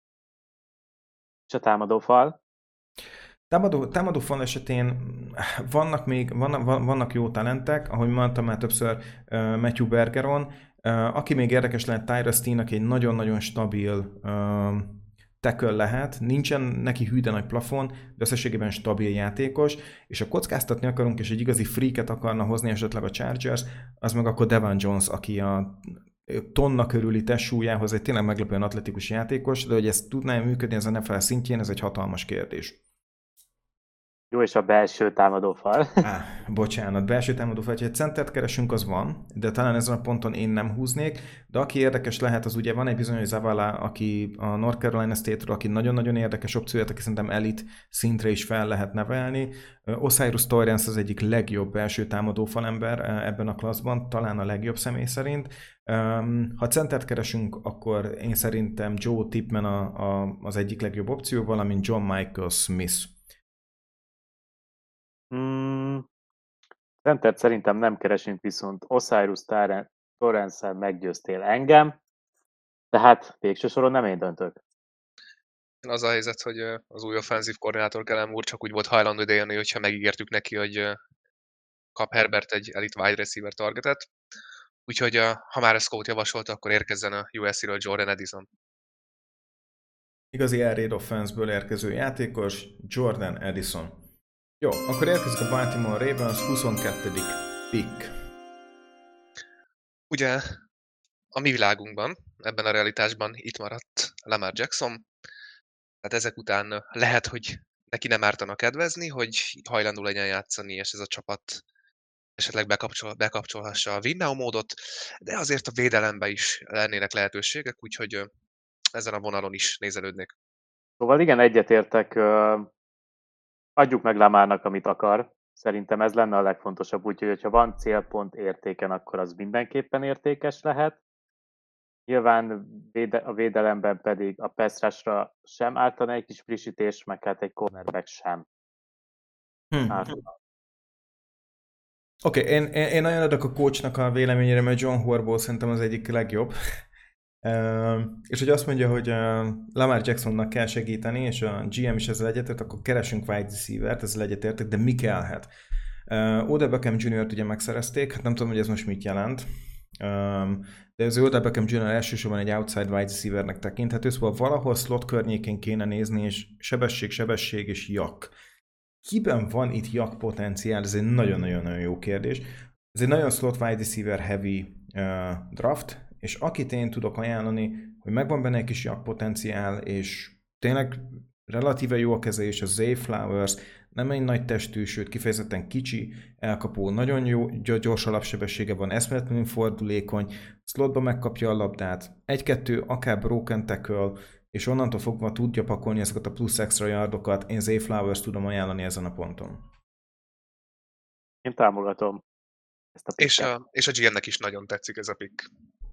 És a támadófal? Támadó, támadó fal esetén vannak még vannak, vannak jó talentek, ahogy mondtam már többször uh, Matthew Bergeron, Uh, aki még érdekes lehet, Tyrus Steen, aki egy nagyon-nagyon stabil uh, tackle lehet, nincsen neki hű, de nagy plafon, de összességében stabil játékos, és ha kockáztatni akarunk, és egy igazi freaket akarna hozni esetleg a Chargers, az meg akkor Devon Jones, aki a tonna körüli testsúlyához egy tényleg meglepően atletikus játékos, de hogy ez tudná működni az en ef el szintjén, ez egy hatalmas kérdés. Jó, és a belső támadófal. Á, bocsánat, belső támadófal, ha egy centert keresünk, az van, de talán ezen a ponton én nem húznék, de aki érdekes lehet, az ugye van egy bizonyos Zavala, aki a North Carolina State-ről, aki nagyon-nagyon érdekes opcióját, aki szerintem elit szintre is fel lehet nevelni. Osiris Torrance az egyik legjobb belső támadó falember ebben a klasszban, talán a legjobb személy szerint. Ha centert keresünk, akkor én szerintem Joe Tipman a, a, az egyik legjobb opció, valamint John Michael Smith. Hmm, centert szerintem nem keresünk, viszont Osiris Torrance-szel meggyőztél engem, tehát végső soron nem én döntök. Az a helyzet, hogy az új offenzív koordinátor Kellen úr csak úgy volt hajlandó idejönni, hogyha megígértük neki, hogy kap Herbert egy elite wide receiver targetet. Úgyhogy ha már a scout javasolta, akkor érkezzen a u es cé-ről Jordan Addison. Igazi Air Raid Offense-ből érkező játékos, Jordan Addison. Jó, akkor érkezik a Baltimore Ravens huszonkettedik pick. Ugye a mi világunkban, ebben a realitásban itt maradt Lamar Jackson, tehát ezek után lehet, hogy neki nem ártana kedvezni, hogy hajlandó legyen játszani, és ez a csapat esetleg bekapcsol, bekapcsolhassa a win now módot, de azért a védelemben is lennének lehetőségek, úgyhogy ezen a vonalon is nézelődnék. Szóval igen, egyetértek, adjuk meg Lamarnak, amit akar. Szerintem ez lenne a legfontosabb, úgyhogy ha van célpont értéken, akkor az mindenképpen értékes lehet. Nyilván véde- a védelemben pedig a pass rushra sem ártana egy kis frissítés, meg hát egy cornerback sem. Hm. ártana. Oké, okay, én, én, én nagyon adok a coachnak a véleményére, mert John Harbaugh szerintem az egyik legjobb. Uh, és hogy azt mondja, hogy uh, Lamar Jacksonnak kell segíteni, és a gé em is ezzel egyetért, akkor keresünk wide receiver-t, ezzel egyetértek, de mi kellhet? Uh, Odell Beckham junior-t ugye megszerezték, hát nem tudom, hogy ez most mit jelent, um, de az Odell Beckham junior elsősorban egy outside wide receivernek tekinthető, szóval valahol slot környékén kéne nézni, és sebesség, sebesség és jak. Kiben van itt jak potenciál? Ez egy nagyon-nagyon jó kérdés. Ez egy nagyon slot wide receiver heavy uh, draft, és akit én tudok ajánlani, hogy megvan benne egy kis jak potenciál, és tényleg relatíve jó a keze, és a Zay Flowers nem egy nagy testű, sőt kifejezetten kicsi, elkapó, nagyon jó, gyors alapsebessége van, eszméletlenül fordulékony, slotba megkapja a labdát, egy-kettő, akár broken tackle, és onnantól fogva tudja pakolni ezeket a plusz extra yardokat, én Zay Flowers tudom ajánlani ezen a ponton. Én támogatom ezt a És a, és a gé em-nek is nagyon tetszik ez a pick.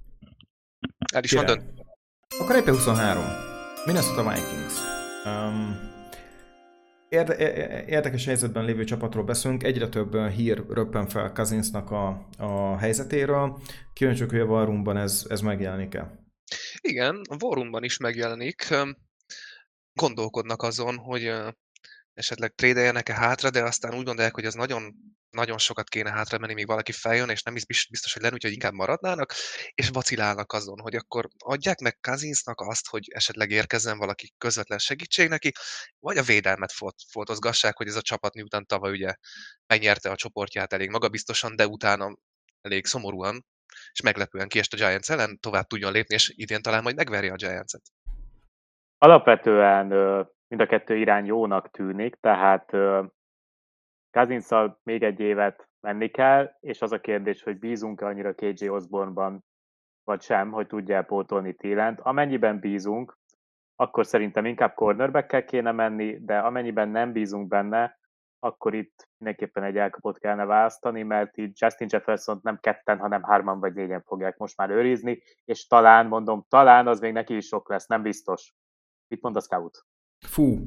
El is van Király. dönt. Akkor éppen huszonhárom. Minnesota Vikings. Um, érde, érdekes helyzetben lévő csapatról beszélünk, egyre több hír röppen fel Cousinsnak a, a helyzetéről. Kíváncsiak, hogy a War Roomban ez, ez megjelenik-e? Igen, a War Roomban is megjelenik. Gondolkodnak azon, hogy esetleg trédeljenek-e hátra, de aztán úgy gondolják, hogy az nagyon, nagyon sokat kéne hátra menni, még valaki feljön, és nem is biztos, hogy lenni, úgyhogy inkább maradnának, és vacilálnak azon, hogy akkor adják meg Cousinsnak azt, hogy esetleg érkezzen valaki közvetlen segítség neki, vagy a védelmet foltozgassák, hogy ez a csapat miután tavaly ugye megnyerte a csoportját elég magabiztosan, de utána elég szomorúan, és meglepően kiest a Giants ellen, tovább tudjon lépni, és idén talán majd megverje a Giants-et. Alapvetően mind a kettő irány jónak tűnik, tehát Cousinsszal még egy évet menni kell, és az a kérdés, hogy bízunk-e annyira ká jé Osborne-ban, vagy sem, hogy tudja pótolni Thielent. Amennyiben bízunk, akkor szerintem inkább cornerback-kel kéne menni, de amennyiben nem bízunk benne, akkor itt mindenképpen egy elkapott kellene választani, mert itt Justin Jeffersont nem ketten, hanem hárman vagy négyen fogják most már őrizni, és talán, mondom, talán az még neki is sok lesz, nem biztos. Mit mond a scout? Fú, uh,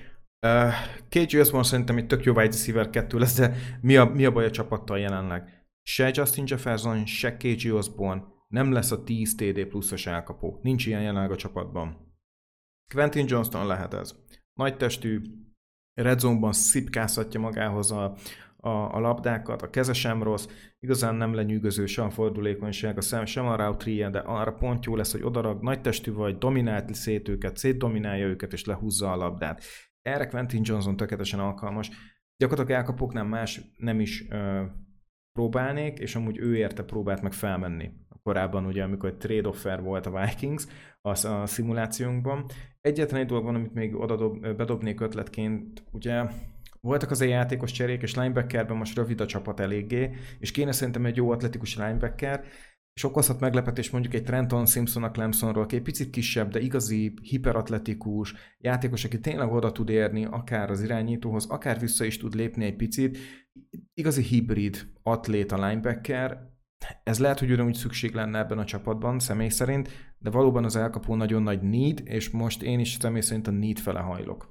ká jé Osborne szerintem itt tök jó wide receiver kettő lesz, de mi a, mi a baj a csapattal jelenleg? Se Justin Jefferson, se ká jé Osborne nem lesz a tíz té dé pluszos elkapó. Nincs ilyen jelenleg a csapatban. Quentin Johnston lehet ez. Nagy testű, red zone-ban szipkázhatja magához a, a, a labdákat, a keze sem rossz, igazán nem lenyűgöző sem a fordulékonyság, a szem, sem a route tree, de arra pont jó lesz, hogy odarag, nagy testű vagy, dominált szét őket, szétdominálja őket és lehúzza a labdát. Erre Quentin Johnson tökéletesen alkalmas. Gyakorlatilag elkapoknál más nem is ö, próbálnék, és amúgy ő érte próbált meg felmenni. Korábban ugye, amikor egy trade offer volt a Vikings az a szimulációnkban. Egyetlen egy dolog van, amit még oda dob, bedobnék ötletként, ugye voltak azért játékos cserék, és linebackerben most rövid a csapat eléggé, és kéne szerintem egy jó atletikus linebacker, és okozhat meglepetés mondjuk egy Trenton Simpson a Clemsonról, aki egy picit kisebb, de igazi, hiperatletikus játékos, aki tényleg oda tud érni, akár az irányítóhoz, akár vissza is tud lépni egy picit. Igazi hibrid atléta linebacker. Ez lehet, hogy ugyanúgy szükség lenne ebben a csapatban, személy szerint, de valóban az elkapó nagyon nagy need, és most én is személy szerint a need fele hajlok.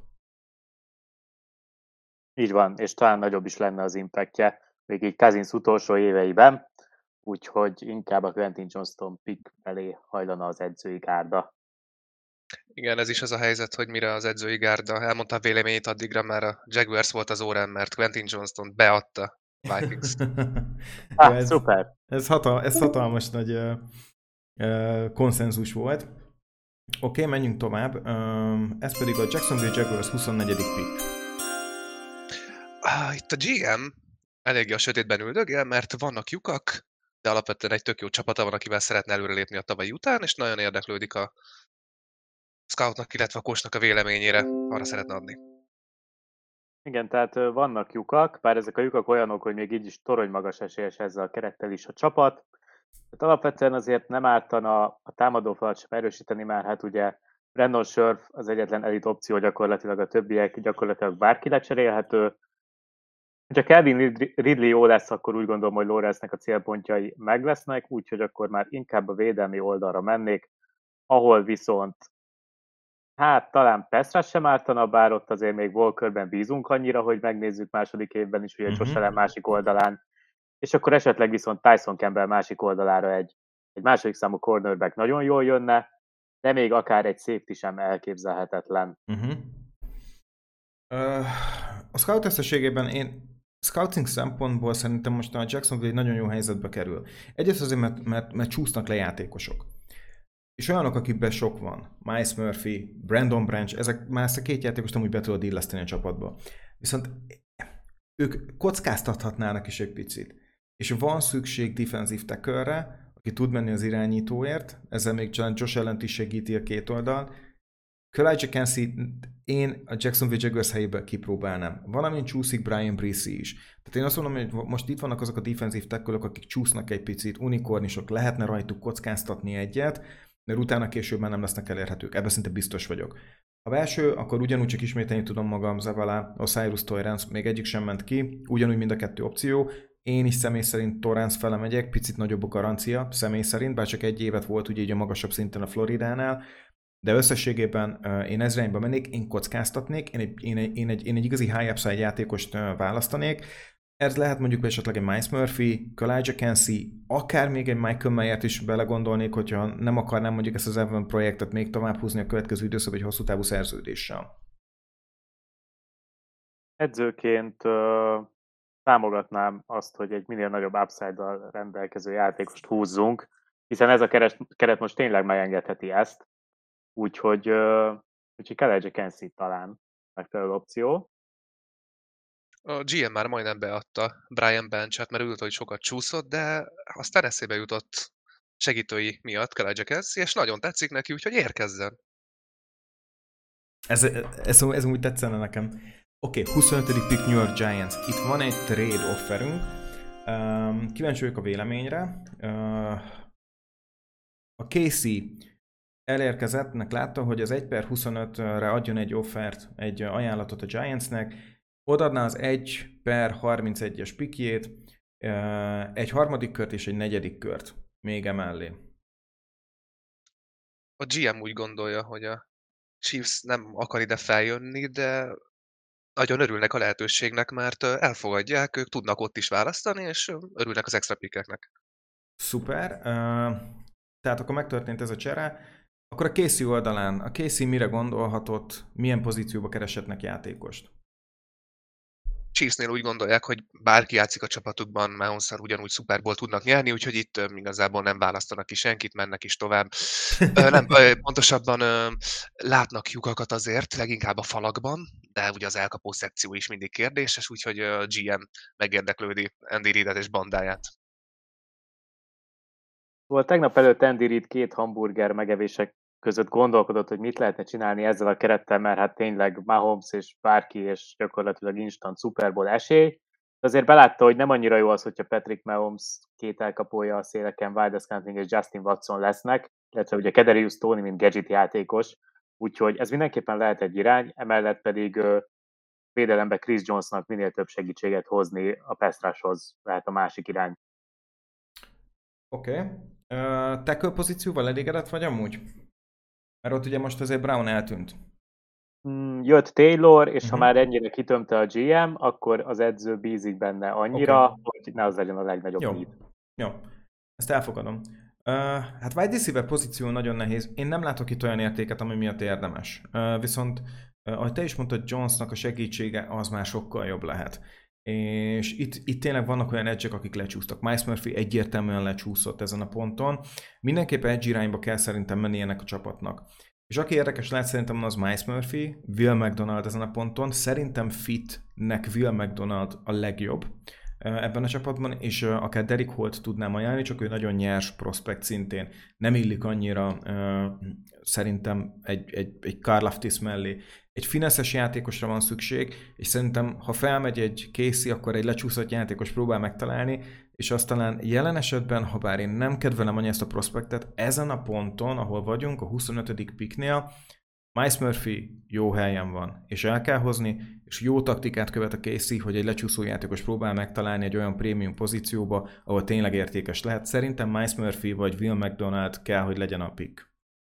Így van, és talán nagyobb is lenne az impactje, még így Cousins utolsó éveiben, úgyhogy inkább a Quentin Johnston pick felé hajlana az edzői gárda. Igen, ez is az a helyzet, hogy mire az edzői gárda elmondta a véleményét, addigra már a Jaguars volt az órán, mert Quentin Johnston beadta Vikings. ah, ez, szuper! Ez, hatal, ez hatalmas nagy uh, uh, konszenzus volt. Oké, okay, menjünk tovább. Um, ez pedig a Jacksonville Jaguars huszonnegyedik pick. Ah, itt a gé em eléggé a sötétben üldögél, mert vannak lyukak, de alapvetően egy tök jó csapata van, akivel szeretne előrelépni a tavalyi után, és nagyon érdeklődik a scoutnak, illetve a coachnak a véleményére, arra szeretne adni. Igen, tehát vannak lyukak, bár ezek a lyukak olyanok, hogy még így is torony magas esélyes ezzel a kerettel is a csapat. Tehát alapvetően azért nem ártana a támadófalat sem erősíteni, már hát ugye Brandon Scherff az egyetlen elit opció, gyakorlatilag a többiek gyakorlatilag bárki lecserélhető. Ha Calvin Ridley jó lesz, akkor úgy gondolom, hogy Lawrence-nek a célpontjai meg lesznek, úgyhogy akkor már inkább a védelmi oldalra mennék, ahol viszont hát talán Pestra sem ártana, bár ott azért még Walkerben bízunk annyira, hogy megnézzük második évben is, ugye uh-huh. Josh Allen másik oldalán, és akkor esetleg viszont Tyson Campbell másik oldalára egy, egy második számú cornerback nagyon jól jönne, de még akár egy safety sem elképzelhetetlen. Uh-huh. Uh, a scout összességében én scouting szempontból szerintem most a Jacksonville egy nagyon jó helyzetbe kerül. Egyrészt azért, mert, mert, mert csúsznak le játékosok. És olyanok, akikben sok van. Miles Murphy, Brandon Branch, ezek már ezt a két játékost amúgy be tudod illeszteni a csapatba. Viszont ők kockáztathatnának is egy picit. És van szükség defensive tackle-re, aki tud menni az irányítóért, ezzel még Josh Allen-t is segíti a két oldal. Elijah Cansey én a Jacksonville Jaguars helyéből kipróbálnám. Valamint csúszik Brian Bresee is. Tehát én azt mondom, hogy most itt vannak azok a defensive tackle-ok, akik csúsznak egy picit, unikornisok, lehetne rajtuk kockáztatni egyet, mert utána később már nem lesznek elérhetők. Ebben szinte biztos vagyok. A belső, akkor ugyanúgy csak ismételni tudom magam, Zavala, Osiris Torrance, még egyik sem ment ki, ugyanúgy mind a kettő opció. Én is személy szerint Torrance fele megyek, picit nagyobb a garancia, személy szerint, bár csak egy évet volt ugye így a magasabb szinten a Floridánál, de összességében uh, én ez irányba mennék, én kockáztatnék, én egy, én egy, én egy, én egy igazi high upside játékost uh, választanék. Ez lehet mondjuk esetleg egy Miles Murphy, Elijah Cansey, akár még egy Michael Mayert is belegondolnék, hogyha nem akarnám mondjuk ezt az Evan projektet még tovább húzni a következő időszakban egy hosszú távú szerződéssel. Edzőként uh, támogatnám azt, hogy egy minél nagyobb upside-dal rendelkező játékost húzzunk, hiszen ez a keret, keret most tényleg megengedheti ezt, úgyhogy, uh, úgyhogy Elijah Cansey talán megfelelő opció. A gé em már majdnem beadta Brian Benchet, mert ült, hogy sokat csúszott, de aztán eszébe jutott segítői miatt Elijah Cansey, és nagyon tetszik neki, úgyhogy érkezzen. Ez, ez, ez úgy tetszene nekem. Oké, okay, huszonötödik pick New York Giants. Itt van egy trade offerünk. Um, kíváncsi vagyok a véleményre. Uh, a Casey elérkezettnek látta, hogy az egy per huszonötre adjon egy offert, egy ajánlatot a Giantsnek. Odaadná az egy per harmincegyes pikjét, egy harmadik kört és egy negyedik kört még emellé. A gé em úgy gondolja, hogy a Chiefs nem akar ide feljönni, de nagyon örülnek a lehetőségnek, mert elfogadják, ők tudnak ott is választani, és örülnek az extra pickeknek. Szuper. Tehát akkor megtörtént ez a csere. Akkor a Casey oldalán, a Casey mire gondolhatott, milyen pozícióba keresetnek játékost? Chiefsnél úgy gondolják, hogy bárki játszik a csapatukban, Mahomeszal ugyanúgy Super Bowl tudnak nyerni, úgyhogy itt uh, igazából nem választanak ki senkit, mennek is tovább. uh, nem, uh, pontosabban uh, látnak lyukakat azért, leginkább a falakban, de ugye az elkapó szekció is mindig kérdéses, úgyhogy a uh, gé em megérdeklődi Andy Reidet és bandáját. Volt tegnap előtt Andy Reid két hamburger megevések között gondolkodott, hogy mit lehetne csinálni ezzel a kerettel, mert hát tényleg Mahomes és bárki, és gyakorlatilag instant Super Bowl esély. De azért belátta, hogy nem annyira jó az, hogyha Patrick Mahomes két elkapója a széleken, Valdez Scantling és Justin Watson lesznek, illetve ugye Kadarius Toney, mint gadget játékos. Úgyhogy ez mindenképpen lehet egy irány, emellett pedig uh, védelembe Chris Jonesnak minél több segítséget hozni a pass rushhoz, lehet a másik irány. Oké. Okay. Uh, tackle pozícióval elégedett vagy amúgy? Mert ott ugye most azért Brown eltűnt. Mm, jött Taylor, és uh-huh. ha már ennyire kitömte a gé em, akkor az edző bízik benne annyira, okay. hogy ne az legyen a legnagyobb Jó. need. Jó, ezt elfogadom. Uh, hát wide receiver pozíció nagyon nehéz. Én nem látok itt olyan értéket, ami miatt érdemes. Uh, viszont, uh, ahogy te is mondtad, Jonesnak a segítsége az már sokkal jobb lehet. És itt, itt tényleg vannak olyan edge-ek, akik lecsúsztak. Miles Murphy egyértelműen lecsúszott ezen a ponton. Mindenképpen edge irányba kell szerintem menni ennek a csapatnak. És aki érdekes lehet szerintem az Miles Murphy, Will McDonald ezen a ponton. Szerintem fitnek Will McDonald a legjobb ebben a csapatban, és akár Derek Holt tudnám ajánlani, csak ő nagyon nyers prospekt szintén. Nem illik annyira uh, szerintem egy, egy, egy Karlaftis mellé. Egy fineszes játékosra van szükség, és szerintem ha felmegy egy Casey, akkor egy lecsúszott játékos próbál megtalálni, és azt talán jelen esetben, ha bár én nem kedvelem annyi ezt a prospektet, ezen a ponton, ahol vagyunk, a huszonötödik picknél, Miles Murphy jó helyen van, és el kell hozni, és jó taktikát követ a Casey, hogy egy lecsúszó játékos próbál megtalálni egy olyan prémium pozícióba, ahol tényleg értékes lehet. Szerintem Miles Murphy vagy Will McDonald kell, hogy legyen a pick.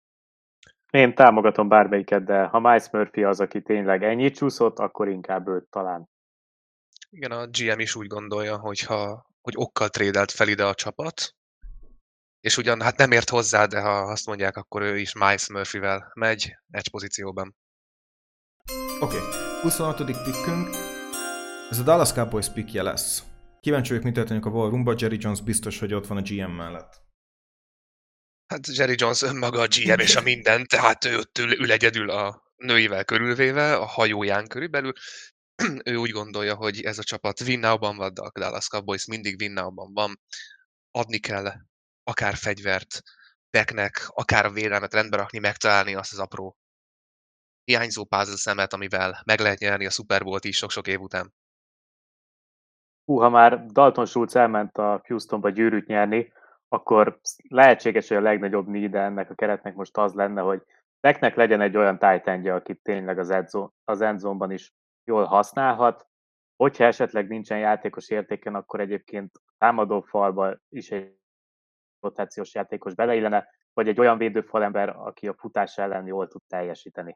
Én támogatom bármelyiket, de ha Miles Murphy az, aki tényleg ennyit csúszott, akkor inkább őt talán. Igen, a gé em is úgy gondolja, hogyha, hogy okkal trédelt fel ide a csapat, és ugyan hát nem ért hozzá, de ha azt mondják, akkor ő is Miles Murphyvel megy egy pozícióban. Oké, okay. huszonhatodik pickünk, ez a Dallas Cowboys pickje lesz. Kíváncsi vagyok, mi történik a War Roomba, Jerry Jones biztos, hogy ott van a gé em mellett. Hát Jerry Jones önmaga a gé em és a minden, tehát ő ott ül, ül egyedül a nőivel körülvéve, a hajóján körülbelül. Ő úgy gondolja, hogy ez a csapat win-now-ban van, de a Dallas Cowboys mindig win-now-ban van. Adni kell akár fegyvert Becknek, akár a védelmet rendbe rakni, megtalálni azt az apró hiányzó puzzle szemet, amivel meg lehet nyerni a Super Bowl-t is sok-sok év után. Hú, ha már Dalton Schultz elment a Houstonba gyűrűt nyerni, akkor lehetséges, hogy a legnagyobb need ennek a keretnek most az lenne, hogy Becknek legyen egy olyan tight endje, akit tényleg az, edzone, az endzone-ban is jól használhat. Hogyha esetleg nincsen játékos értéken, akkor egyébként támadó falba is egy rotációs játékos beleillene, vagy egy olyan védőfalember, aki a futás ellen jól tud teljesíteni.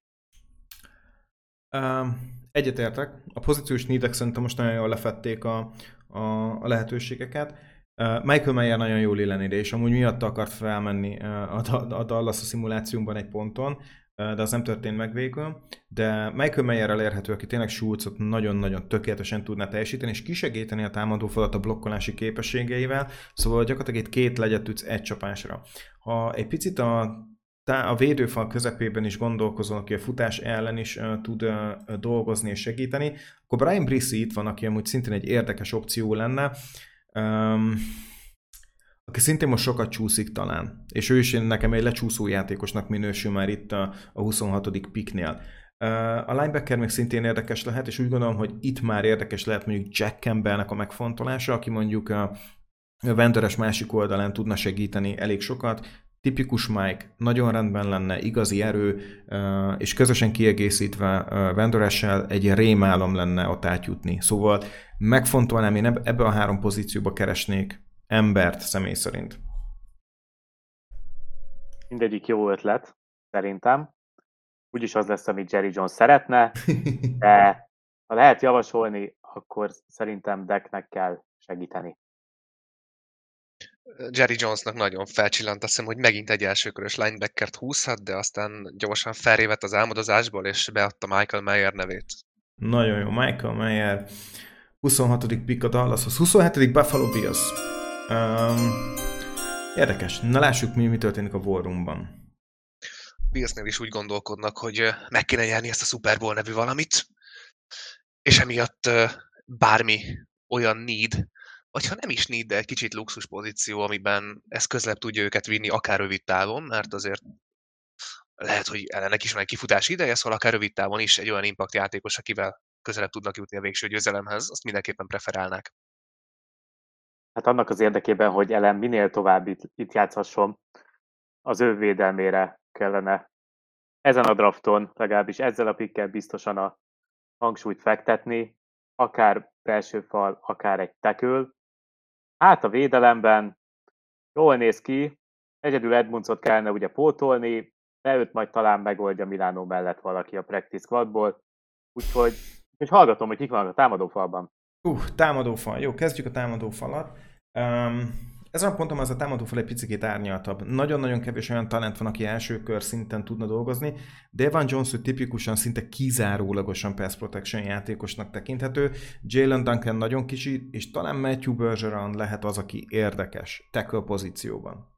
Um, egyetértek. A pozíciós needek szerintem most nagyon jól lefették a, a, a lehetőségeket. Uh, Michael Mayer nagyon jól illen ide, és amúgy miatta akart felmenni uh, a, a Dallas a szimulációban egy ponton, uh, de az nem történt meg végül. De Michael Mayerrel érhető, aki tényleg Schultzot nagyon-nagyon tökéletesen tudná teljesíteni, és kisegíteni a támadófalat a blokkolási képességeivel, szóval gyakorlatilag itt két legyet ütsz egy csapásra. Ha egy picit a a védőfal közepében is gondolkozol, aki a futás ellen is uh, tud uh, dolgozni és segíteni, akkor Brian Brissi itt van, aki amúgy szintén egy érdekes opció lenne, um, aki szintén most sokat csúszik talán, és ő is nekem egy lecsúszó játékosnak minősül már itt a, a huszonhatodik picknél. Uh, a linebacker még szintén érdekes lehet, és úgy gondolom, hogy itt már érdekes lehet mondjuk Jack Campbellnek a megfontolása, aki mondjuk a, a vendőres másik oldalán tudna segíteni elég sokat. Tipikus Mike, nagyon rendben lenne, igazi erő, és közösen kiegészítve Vendoressel egy rémálom lenne ott átjutni. Szóval megfontolnám, én ebbe a három pozícióba keresnék embert személy szerint. Mindegyik jó ötlet, szerintem. Úgyis az lesz, amit Jerry Jones szeretne, de ha lehet javasolni, akkor szerintem Becknek kell segíteni. Jerry Jonesnak nagyon felcsillant, azt hiszem, hogy megint egy elsőkörös linebackert húzhat, de aztán gyorsan felrévett az álmodozásból, és beadta Michael Mayer nevét. Nagyon jó, Michael Mayer. huszonhatodik pick a Dallashoz. huszonhetedik Buffalo Bills. Um, érdekes. Na lássuk, mi, mi történik a War Roomban. Billsnél is úgy gondolkodnak, hogy meg kéne nyerni ezt a Super Bowl nevű valamit, és emiatt bármi olyan need, vagy ha nem is need, de egy kicsit luxus pozíció, amiben ez közelebb tudja őket vinni, akár rövid távon, mert azért lehet, hogy ellenek is van egy kifutás ideje, szóval akár rövid távon is egy olyan impact játékos, akivel közelebb tudnak jutni a végső győzelemhez, azt mindenképpen preferálnák. Hát annak az érdekében, hogy Ellen minél tovább itt, itt játszhasson, az ő védelmére kellene ezen a drafton, legalábbis ezzel a pickkel biztosan a hangsúlyt fektetni, akár belső fal, akár egy tackle. Hát a védelemben jól néz ki, egyedül Edmundsot kellene ugye pótolni, de őt majd talán megoldja Milánó mellett valaki a practice squadból, úgyhogy, úgyhogy hallgatom, hogy kik vannak a támadófalban. Uh, támadófal. Jó, kezdjük a támadófalat. Um, ezen a ponton az a támadófal egy picit árnyaltabb. Nagyon-nagyon kevés olyan talent van, aki első kör szinten tudna dolgozni, de Evan Jones tipikusan szinte kizárólagosan pass protection játékosnak tekinthető. Jalen Duncan nagyon kicsi, és talán Matthew Bergeron lehet az, aki érdekes tackle pozícióban.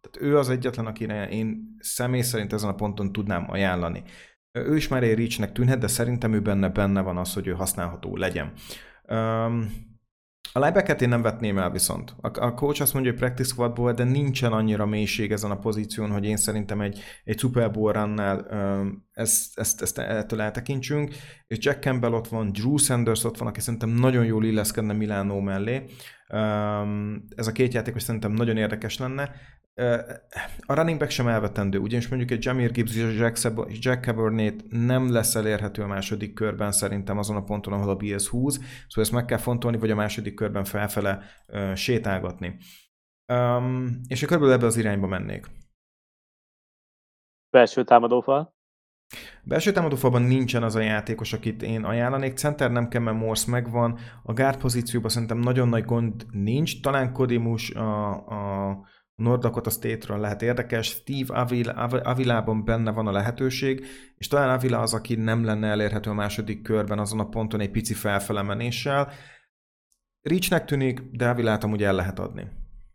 Tehát ő az egyetlen, akire én személy szerint ezen a ponton tudnám ajánlani. Ő is már egy reachnek tűnhet, de szerintem ő benne, benne van az, hogy ő használható legyen. Um, A linebackert én nem vetném el viszont. A, a coach azt mondja, hogy practice squadból, de nincsen annyira mélység ezen a pozíción, hogy én szerintem egy, egy Super Bowl runnál um, ezt, ezt, ezt ettől eltekintsünk. És Jack Campbell ott van, Drew Sanders ott van, aki szerintem nagyon jól illeszkedne Milano mellé. Um, ez a két játékos szerintem nagyon érdekes lenne. A running back sem elvetendő, ugyanis mondjuk egy Jahmyr Gibbs és Jack Cabernet nem lesz elérhető a második körben szerintem azon a ponton, ahol a Bills húz, szóval ezt meg kell fontolni, vagy a második körben felfele uh, sétálgatni. Um, és én körülbelül ebbe az irányba mennék. Belső támadófal? Belső támadófalban nincsen az a játékos, akit én ajánlanék. Center nem kell, mert Morse megvan. A guard pozícióban szerintem nagyon nagy gond nincs. Talán Kodimus a, a North Dakota State-ről lehet érdekes, Steve Avila, Avilában benne van a lehetőség, és talán Avila az, aki nem lenne elérhető a második körben azon a ponton egy pici felfelemenéssel. Reachnek tűnik, de Avilát amúgy el lehet adni.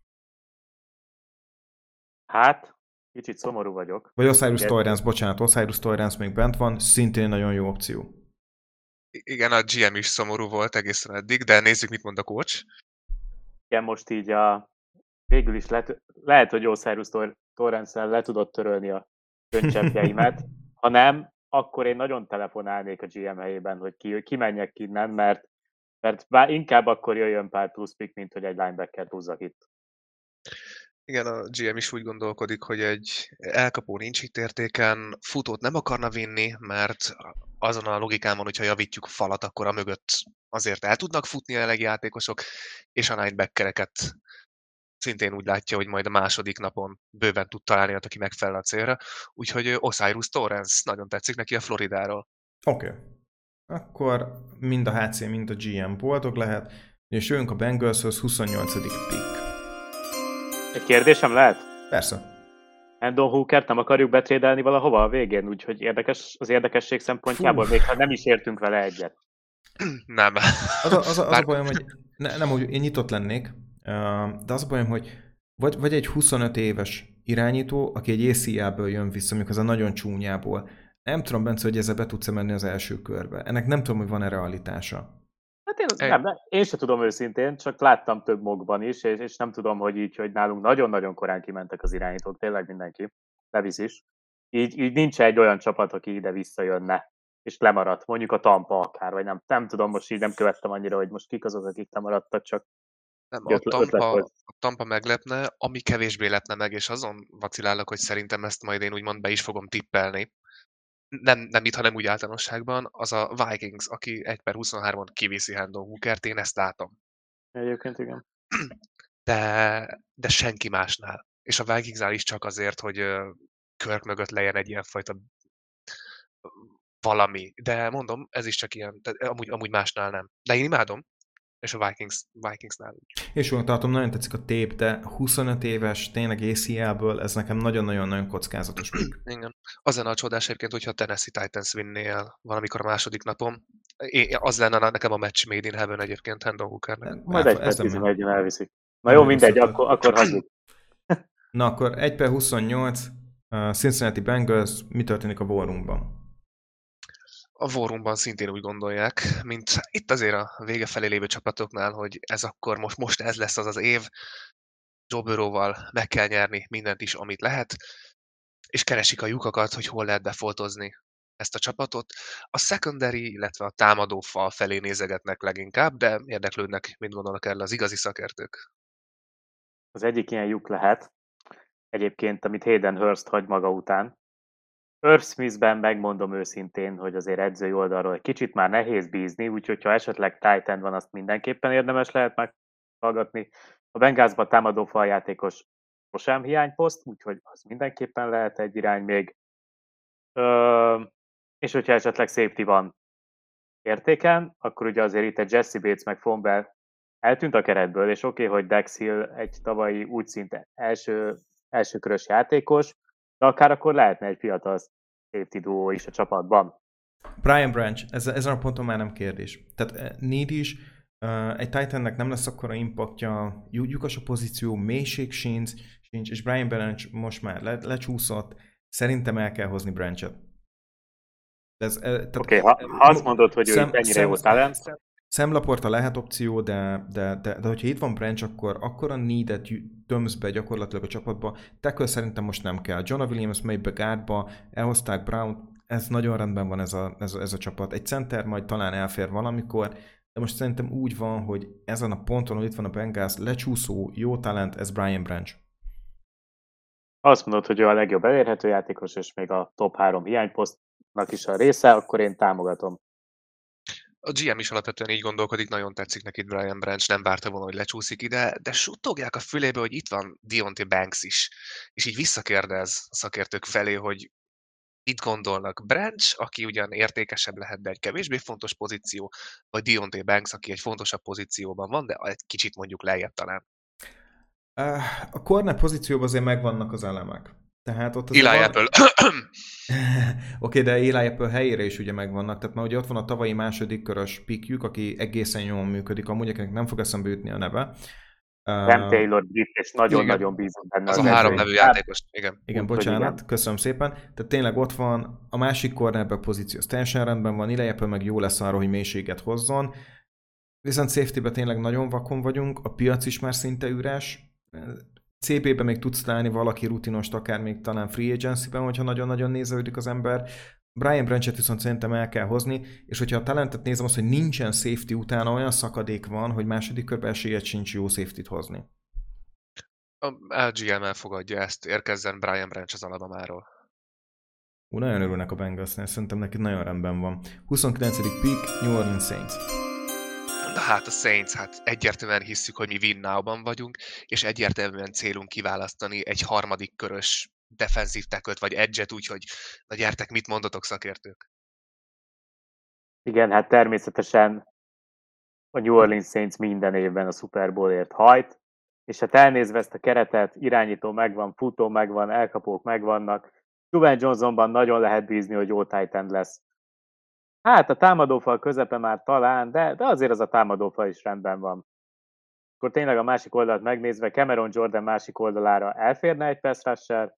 Hát, kicsit szomorú vagyok. Vagy Osiris Torrance, bocsánat, Osiris Torrance még bent van, szintén nagyon jó opció. Igen, a gé em is szomorú volt egészen eddig, de nézzük, mit mond a coach. Igen, most így a végül is lehet, lehet hogy Osiris Torrance-el le tudod törölni a könycseppjeimet. Ha nem, akkor én nagyon telefonálnék a gé em helyében, hogy ki, ki menjek innen, mert, mert bár inkább akkor jöjjön pár plusz pick, mint hogy egy linebacker húzzak itt. Igen, a gé em is úgy gondolkodik, hogy egy elkapó nincs itt értéken, futót nem akarna vinni, mert azon a logikában, hogyha javítjuk a falat, akkor a mögött azért el tudnak futni a jelenlegi játékosok, és a linebackereket szintén úgy látja, hogy majd a második napon bőven tud találni, aki megfelel a célra. Úgyhogy Osiris Torrance nagyon tetszik neki a Floridáról. Oké. Okay. Akkor mind a há cé, mind a gé em boldog lehet, és jövünk a Bengalshöz, huszonnyolcadik pick. Egy kérdésem lehet? Persze. Hendon Hookert nem akarjuk betrédelni valahova a végén, úgyhogy érdekes, az érdekesség szempontjából, Fú. még ha nem is értünk vele egyet. Nem. Az a, az a, az a bajom, hogy ne, nem úgy, én nyitott lennék, de az a bajom, hogy vagy, vagy egy huszonöt éves irányító, aki egy á cé á-ből jön vissza, amikor az a nagyon csúnyából. Nem tudom, Bence, hogy ezzel be tudsz menni az első körbe. Ennek nem tudom, hogy van-e realitása. Hát én, nem, nem, én sem tudom őszintén, csak láttam több mokban is, és, és nem tudom, hogy így, hogy nálunk nagyon-nagyon korán kimentek az irányítók, tényleg mindenki, Levis is. Így, így nincs egy olyan csapat, aki ide visszajönne, és lemaradt, mondjuk a Tampa akár, vagy nem, nem tudom, most így nem követtem annyira, hogy most kik azok, akik lemaradtak, csak nem, a Tampa, a Tampa meglepne, ami kevésbé lepne meg, és azon vacilálok, hogy szerintem ezt majd én úgymond be is fogom tippelni. Nem, nem itt, hanem úgy általánosságban, az a Vikings, aki egy per huszonhármon kiviszi Hendon Hookert, én ezt látom. Egyébként igen. De, de senki másnál. És a Vikingsnál is csak azért, hogy Kirk mögött legyen egy ilyenfajta valami. De mondom, ez is csak ilyen, de amúgy, amúgy másnál nem. De én imádom, és a Vikings, Vikingsnál úgy. És jól tartom, nagyon tetszik a tép, de huszonöt éves, tényleg á cé á-ből, ez nekem nagyon-nagyon-nagyon kockázatos pick. Igen. Az lenne a csodás egyébként, hogyha a Tennessee Titans vinnél valamikor a második napon. Én, az lenne nekem a match made in heaven egyébként Hendon Hookernek. Majd egy per tizenegyen elviszik. Na jó, mindegy, akkor, akkor hagyjuk. Na akkor egy per huszonnyolc, uh, Cincinnati Bengals, mi történik a War Roomban? A War Roomban szintén úgy gondolják, mint itt azért a vége felé lévő csapatoknál, hogy ez akkor most, most ez lesz az az év, Joe Burrow-val meg kell nyerni mindent is, amit lehet, és keresik a lyukakat, hogy hol lehet befoltozni ezt a csapatot. A secondary, illetve a támadó fal felé nézegetnek leginkább, de érdeklődnek, mint gondolnak erről az igazi szakértők. Az egyik ilyen lyuk lehet, egyébként, amit Hayden Hurst hagy maga után. Irv Smithben megmondom őszintén, hogy azért edzői oldalról egy kicsit már nehéz bízni, úgyhogy ha esetleg tight end van, azt mindenképpen érdemes lehet meghallgatni. A Bengalsban támadó faljátékos sosem hiányposzt, úgyhogy az mindenképpen lehet egy irány még. Ö, és hogyha esetleg safety van értéken, akkor ugye azért itt egy Jesse Bates meg Fonbell eltűnt a keretből, és oké, okay, hogy Dex Hill egy tavalyi úgy szinte első, elsőkörös játékos, de akár akkor lehetne egy fiatal safety duó is a csapatban. Brian Branch, ezen a ponton már nem kérdés. Tehát need is, Egy Titannek nem lesz akkora impaktja, lyukas a pozíció, mélység sincs, sincs és Brian Branch most már le, lecsúszott, szerintem el kell hozni Branchet. Oké, okay, ha, ha azt mondod, hogy szem, ő itt ennyire szem, jó talent... Sam Laporta lehet opció, de, de, de, de hogyha itt van Branch, akkor akkora needet tömsz be gyakorlatilag a csapatba. Tackle szerintem most nem kell. Jonah Williams megy be guardba, elhozták Brown, ez nagyon rendben van ez a, ez a, ez a csapat. Egy center majd talán elfér valamikor, de most szerintem úgy van, hogy ezen a ponton, hogy itt van a Bengals, lecsúszó, jó talent, ez Brian Branch. Azt mondod, hogy ő a legjobb elérhető játékos, és még a top három hiányposztnak is a része, akkor én támogatom. A gé em is alapvetően így gondolkodik, nagyon tetszik neki Brian Branch, nem várta volna, hogy lecsúszik ide, de suttogják a fülébe, hogy itt van Deontay Banks is. És így visszakérdez a szakértők felé, hogy mit gondolnak, Branch, aki ugyan értékesebb lehet, de egy kevésbé fontos pozíció, vagy Deontay Banks, aki egy fontosabb pozícióban van, de egy kicsit mondjuk lejjebb talán. A corner pozícióban azért megvannak az elemek. Tehát ott Eli van... Apple. Oké, okay, de Eli Apple helyére is ugye megvannak, tehát már ugye ott van a tavalyi második körös pikjük, aki egészen jól működik, amúgy akinek nem fog eszembe jutni a neve. Nem uh, Taylor Britt, és nagyon-nagyon bízom benne. Az, az a három nevű játékos, igen. Igen, Úgy, bocsánat, igen. Köszönöm szépen. Tehát tényleg ott van a másik cornerback pozíció, az teljesen rendben van, Eli Apple meg jó lesz arra, hogy mélységet hozzon. Viszont safety-ben tényleg nagyon vakon vagyunk, a piac is már szinte üres. cé bé-ben még tudsz találni valaki rutinost, akár még talán free agency-ben, hogyha nagyon-nagyon néződik az ember. Brian Branchet viszont szerintem el kell hozni, és hogyha a talentet nézem, az, hogy nincsen safety utána, olyan szakadék van, hogy második körben esélyed sincs jó safety-t hozni. A gé em elfogadja ezt, érkezzen Brian Branch az Alabamáról. Ú, nagyon örülnek a Bengalsnél, szerintem neki nagyon rendben van. huszonkilencedik pick, New Orleans Saints. De hát a Saints, hát egyértelműen hisszük, hogy mi win now-ban vagyunk, és egyértelműen célunk kiválasztani egy harmadik körös defensív tackle-t, vagy edge-et, úgyhogy na gyertek, mit mondotok szakértők? Igen, hát természetesen a New Orleans Saints minden évben a Super Bowlért hajt, és hát elnézve ezt a keretet, irányító megvan, futó megvan, elkapók megvannak, Juwan Johnsonban nagyon lehet bízni, hogy jó tight end lesz. Hát a támadófal közepe már talán, de, de azért az a támadófal is rendben van. Akkor tényleg a másik oldalt megnézve, Cameron Jordan másik oldalára elférne egy pass rusher,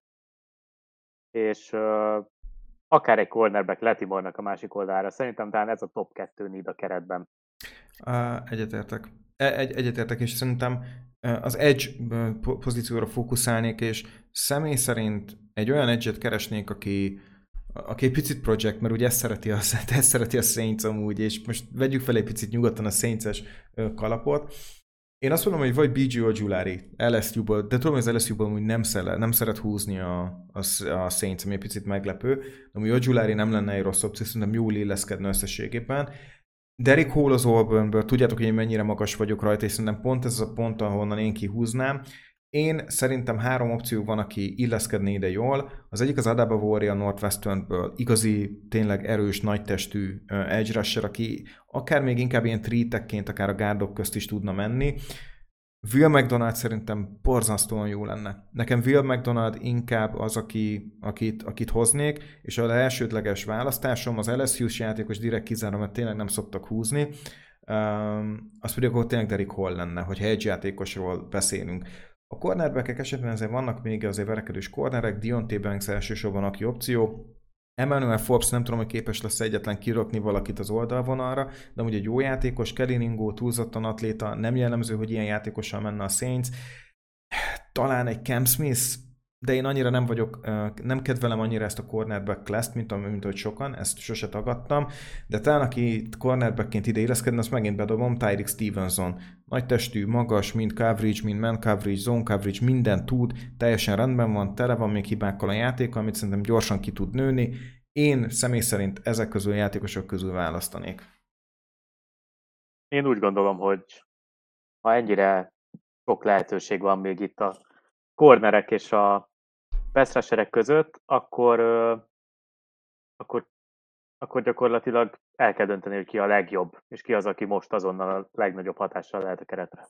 és uh, akár egy cornerback Latimore-nak a másik oldalára. Szerintem talán ez a top kettő need a keretben. Uh, egyetértek. Egy, egyetértek, és szerintem az edge pozícióra fókuszálnék, és személy szerint egy olyan edge-et keresnék, aki, aki egy picit project, mert ugye ezt szereti a, ezt szereti a Saints amúgy, és most vegyük fel egy picit nyugodtan a Saints-es kalapot. Én azt mondom, hogy vagy bé gé Ojulari el es u-ból, de tudom, hogy az el es u-ból nem, szeret, nem szeret húzni a, a, a Saints, ami egy picit meglepő, de amúgy Ojulari nem lenne egy rossz opció, szerintem jól illeszkedne összességében. Derek Hall az Auburnből, tudjátok, hogy én mennyire magas vagyok rajta, és szerintem pont ez a pont, ahonnan én kihúznám. Én szerintem három opció van, aki illeszkedne ide jól. Az egyik az Adaba Warrior Northwesternből, igazi, tényleg erős, nagytestű uh, edge rusher, aki akár még inkább ilyen trítekként, akár a gárdok közt is tudna menni. Will McDonald szerintem borzasztóan jó lenne. Nekem Will McDonald inkább az, aki, akit, akit hoznék, és az elsődleges választásom az el es u-s játékos direkt kizárom, mert tényleg nem szoktak húzni. Um, az pedig akkor tényleg Derek Hall lenne, hogyha egy játékosról beszélünk. A cornerbackek esetben azért vannak még azért verekedős cornerek, Deontay Banks elsősorban aki opció. Emmanuel Forbes nem tudom, hogy képes lesz egyetlen kirakni valakit az oldalvonalra, de ugye egy jó játékos, Kelly Ringo túlzottan atléta, nem jellemző, hogy ilyen játékossal menne a Saints. Talán egy Cam Smith, de én annyira nem vagyok, nem kedvelem annyira ezt a cornerback class-t, mint, mint hogy sokan, ezt sose tagadtam, de talán aki cornerbackként ide illeszkedne, azt megint bedobom, Tyreek Stevenson. Nagy testű, magas, mind coverage, mind man coverage, zone coverage, minden tud, teljesen rendben van, tele van még hibákkal a játéka, amit szerintem gyorsan ki tud nőni. Én személy szerint ezek közül a játékosok közül választanék. Én úgy gondolom, hogy ha ennyire sok lehetőség van még itt a cornerek és a pass rusherek között, akkor, akkor, akkor gyakorlatilag el kell dönteni, hogy ki a legjobb, és ki az, aki most azonnal a legnagyobb hatással lehet a keretre.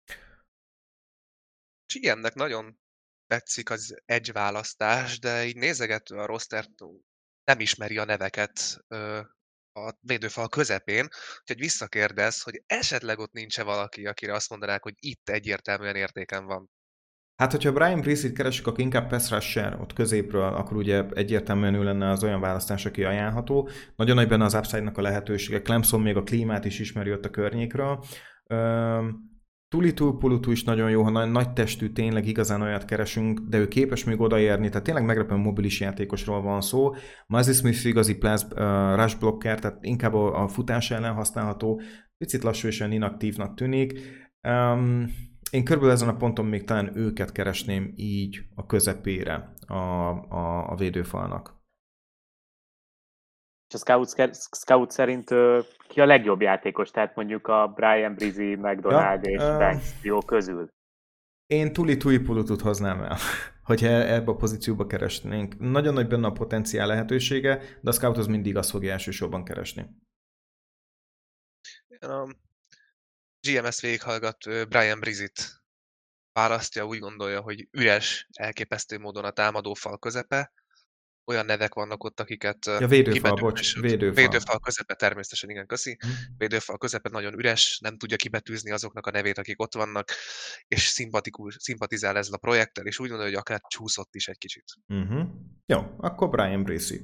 G M-nek nagyon tetszik az edge választás, de így nézegetve a rostert nem ismeri a neveket. a védőfal közepén, úgyhogy visszakérdez, hogy esetleg ott nincs-e valaki, akire azt mondanák, hogy itt egyértelműen értéken van. Hát, hogyha Brian Breeze-t keresik, akkor inkább pass rusher ott középről, akkor ugye egyértelműen ő lenne az olyan választás, aki ajánlható. Nagyon nagy benne az upside-nak a lehetősége. Clemson még a klímát is ismeri ott a környékről. Tulitu Pulutu is nagyon jó, ha nagy, nagy testű, tényleg igazán olyat keresünk, de ő képes még odaérni, tehát tényleg meglepően mobilis játékosról van szó. Mazzy Smith igazi plus, uh, rush blocker, tehát inkább a, a futás ellen használható, picit lassú és olyan inaktívnak tűnik. Um, én körülbelül ezen a ponton még talán őket keresném így a közepére a, a, a védőfalnak. És a scout, scout szerint uh, ki a legjobb játékos? Tehát mondjuk a Brian Breezy, McDonald ja, és uh, Banks jó közül. Én Tuli Tuipulutut hoznám el, hogyha ebbe a pozícióba keresnénk. Nagyon nagy benne a potenciál lehetősége, de a scout az mindig azt fogja elsősorban keresni. A gé em es végighallgat Brian Breezy-t választja, úgy gondolja, hogy üres, elképesztő módon a támadófal közepe. Olyan nevek vannak ott, akiket ja, védőfal, bocs, védőfal. Védőfal közepe, természetesen, igen, köszi. Hmm. Védőfal közepe nagyon üres, nem tudja kibetűzni azoknak a nevét, akik ott vannak, és szimpatikus, szimpatizál ezzel a projekttel, és úgy gondolja, hogy akár csúszott is egy kicsit. Uh-huh. Jó, akkor Brian Breezy.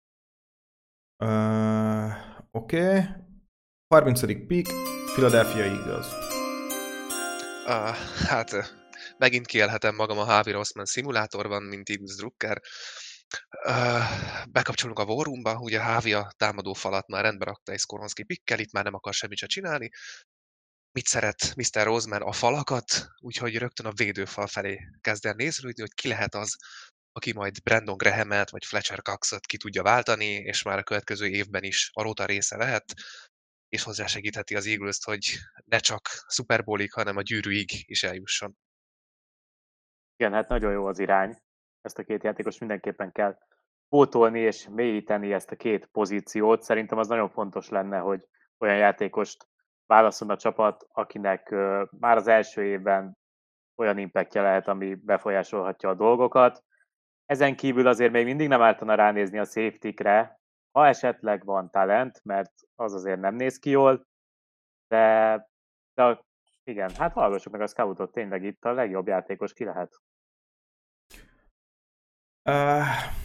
Uh, Oké. Okay. harmincadik pick, Philadelphia Eagles. Uh, hát megint kielhetem magam a Harvey Roseman szimulátorban, mint Eagles drukker. Uh, bekapcsolunk a War Roomba, ugye Harvey a támadó falat már rendbe rakta egy Skoronski pickkel, itt már nem akar semmit se csinálni. Mit szeret miszter Roseman? A falakat, úgyhogy rögtön a védőfal felé kezd el néződni, hogy ki lehet az, aki majd Brandon Grahamet vagy Fletcher Coxot ki tudja váltani, és már a következő évben is a rota része lehet, és hozzásegítheti az Eagles-t, hogy ne csak Super Bowlig, hanem a gyűrűig is eljusson. Igen, hát nagyon jó az irány. Ezt a két játékos mindenképpen kell pótolni és mélyíteni ezt a két pozíciót. Szerintem az nagyon fontos lenne, hogy olyan játékost válasszon a csapat, akinek uh, már az első évben olyan impactja lehet, ami befolyásolhatja a dolgokat. Ezen kívül azért még mindig nem ártana ránézni a safety-kre, ha esetleg van talent, mert az azért nem néz ki jól, de, de igen, hát hallgassuk meg a scoutot, tényleg itt a legjobb játékos ki lehet. Uh,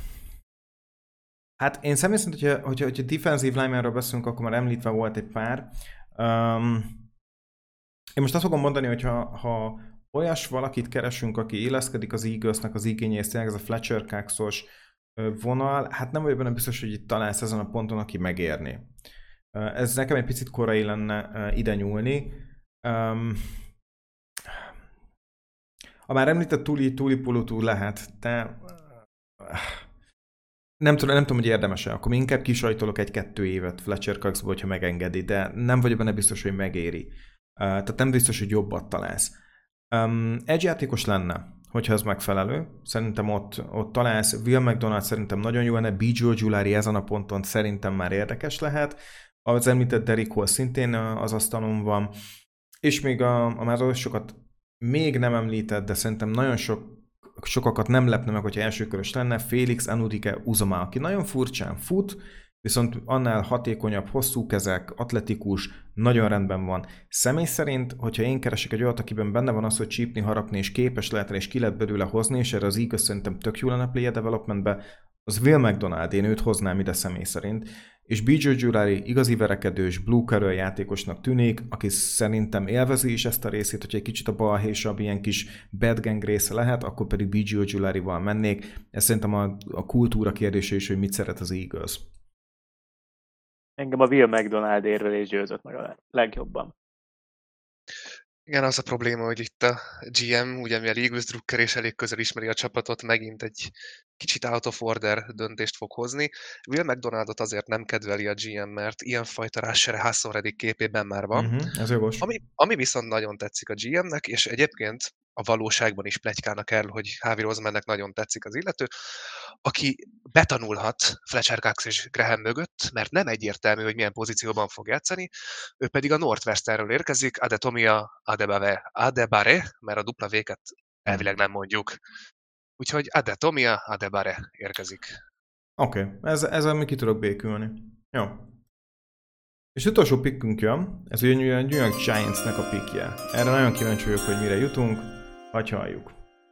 hát én személy szerint, hogyha, hogyha, hogyha defensive linemanről beszélünk, akkor már említve volt egy pár. Um, én most azt fogom mondani, hogy ha, ha olyas valakit keresünk, aki illeszkedik az Eaglesnek az igényéhez, tényleg ez a Fletcher Coxos vonal, hát nem vagyok benne biztos, hogy itt találsz ezen a ponton, aki megérni. Ez nekem egy picit korai lenne ide nyúlni. Um, a már említett Tuli, Tuli Pulutu lehet, de nem tudom, nem tudom, hogy érdemes-e. Akkor inkább kisajtolok egy-kettő évet Fletcher Coxból, hogyha megengedi, de nem vagyok benne biztos, hogy megéri. Tehát nem biztos, hogy jobbat találsz. Um, egy játékos lenne, hogyha ez megfelelő. Szerintem ott, ott találsz. Will McDonald szerintem nagyon jó lenne. B. Joe Giulari ezen a ponton szerintem már érdekes lehet. Az említett Derrick Hall szintén az asztalon van. És még a, a már sokat még nem említett, de szerintem nagyon sok, sokakat nem lepne meg, hogyha elsőkörös lenne. Félix Anudike-Uzomah, aki nagyon furcsán fut, viszont annál hatékonyabb, hosszú kezek, atletikus, nagyon rendben van. Személy szerint, hogyha én keresek egy olyat, akiben benne van az, hogy csípni, harapni, és képes lehet és ki lehet belőle hozni, és erre az Eagles szerintem tök jó lenne player developmentbe, az Will McDonald, én őt hoznám ide személy szerint. És B J Giulari igazi verekedős, blue collar játékosnak tűnik, aki szerintem élvezi is ezt a részét, hogy egy kicsit a balhésabb, ilyen kis bad gang része lehet, akkor pedig B J Giularival mennék. Ez szerintem a, a kultúra kérdése is, hogy mit szeret az Eagles. Engem a Will McDonald érvelés győzött meg a legjobban. Igen, az a probléma, hogy itt a gé em, ugye mivel Eagles drukker és elég közel ismeri a csapatot, megint egy kicsit out of order döntést fog hozni. Will McDonaldot azért nem kedveli a gé em, mert ilyenfajta Rasher Hassan Reddick képében már van. Uh-huh, ez jogos. Ami, ami viszont nagyon tetszik a gé emnek, és egyébként a valóságban is pletykálnak erről, hogy Harvey Rosemannek nagyon tetszik az illető, aki betanulhat Fletcher Cox és Graham mögött, mert nem egyértelmű, hogy milyen pozícióban fog játszani, ő pedig a Northwesternről érkezik, Adetomia Adebare, Adebare, mert a dupla véket elvileg nem mondjuk. Úgyhogy Adetomia Adebare érkezik. Oké, okay. ez, ezzel még ki tudok békülni. Jó. És utolsó pickünk jön, ez ugye a New York Giantsnek a pickje. Erre nagyon kíváncsi vagyok, hogy mire jutunk, hagy halljuk.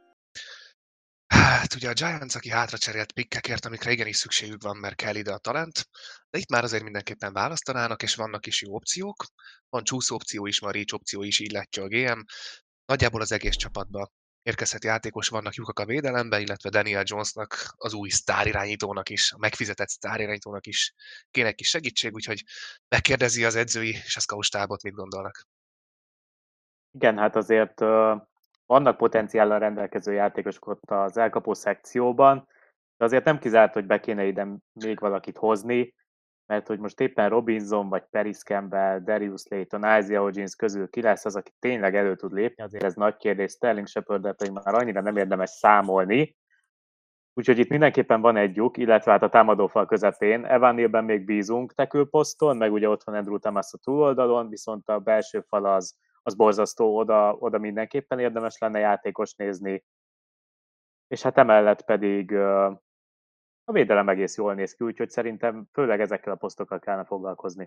Hát ugye a Giants, aki hátra cserélt pikkekért, amikre igenis szükségük van, mert kell ide a talent, de itt már azért mindenképpen választanának, és vannak is jó opciók. Van csúszó opció is, van reach opció is, így látja a gé em. Nagyjából az egész csapatban érkezhet játékos, vannak lyukak a védelembe, illetve Daniel Jonesnak, az új sztárirányítónak is, a megfizetett sztárirányítónak is kéne egy kis segítség, úgyhogy megkérdezi az edzői és a scout stábot, mit gondolnak. Igen, hát azért uh, vannak potenciállal rendelkező játékosok ott az elkapó szekcióban, de azért nem kizárt, hogy be kéne ide még valakit hozni, mert hogy most éppen Robinson, vagy Paris Campbell, Darius Slayton, Isaiah Hodgins közül ki lesz az, aki tényleg elő tud lépni, azért ez nagy kérdés, Sterling Shepard-del pedig már annyira nem érdemes számolni. Úgyhogy itt mindenképpen van egy lyuk, illetve hát a támadófal közepén. Evan Nealben még bízunk tekül poszton, meg ugye ott van Andrew Thomas a túloldalon, viszont a belső fal az, az borzasztó, oda, oda mindenképpen érdemes lenne játékos nézni. És hát emellett pedig a védelem egész jól néz ki, úgyhogy szerintem főleg ezekkel a posztokkal kellene foglalkozni.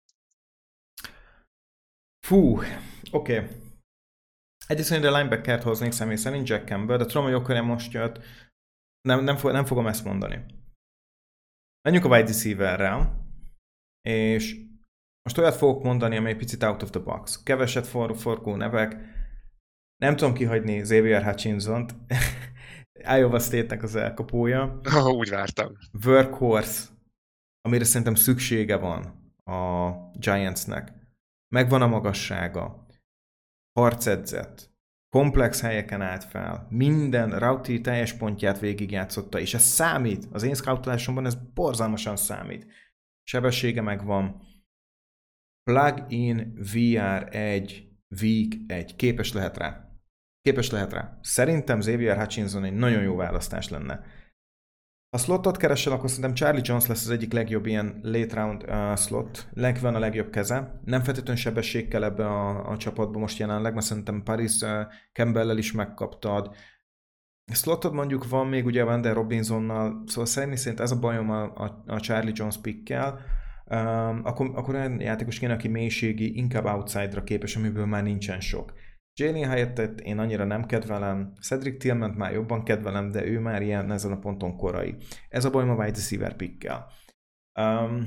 Fú, oké. Okay. Egyrészt a linebackert hoznék személy szerint, Jack Campbell, de tudom, hogy akkor most jött. Nem, nem, fog, nem fogom ezt mondani. Menjünk a wide receiverrel, és most olyat fogok mondani, amely picit out of the box. Keveset for, forgó nevek. Nem tudom kihagyni Xavier Hutchinson-t. Iowa State-nek az elkapója. Oh, úgy vártam. Workhorse, amire szerintem szüksége van a Giantsnek. Megvan a magassága. Harcedzett. Komplex helyeken állt fel. Minden routi teljes pontját végigjátszotta, és ez számít. Az én scoutolásomban ez borzalmasan számít. Sebessége megvan. Plug-in vé er egy, Week egy. Képes lehet rá. Képes lehet rá. Szerintem Xavier Hutchinson egy nagyon jó választás lenne. Ha slotot keresel, akkor szerintem Charlie Jones lesz az egyik legjobb ilyen late round uh, slot. Leg van a legjobb keze. Nem feltétlenül sebesség kell ebbe a, a csapatba most jelenleg, mert szerintem Paris uh, Campbell-lel is megkaptad. Slotod mondjuk van még ugye Wendell Robinsonnal, szóval szerint ez a bajom a, a, a Charlie Jones pickkel. Um, akkor, akkor olyan játékos kéne, aki mélységi, inkább outside-ra képes, amiből már nincsen sok. Jalen Hyatt-et én annyira nem kedvelem, Cedric Tillmant már jobban kedvelem, de ő már ilyen ezen a ponton korai. Ez a bajom a wide receiver pickkel. Um,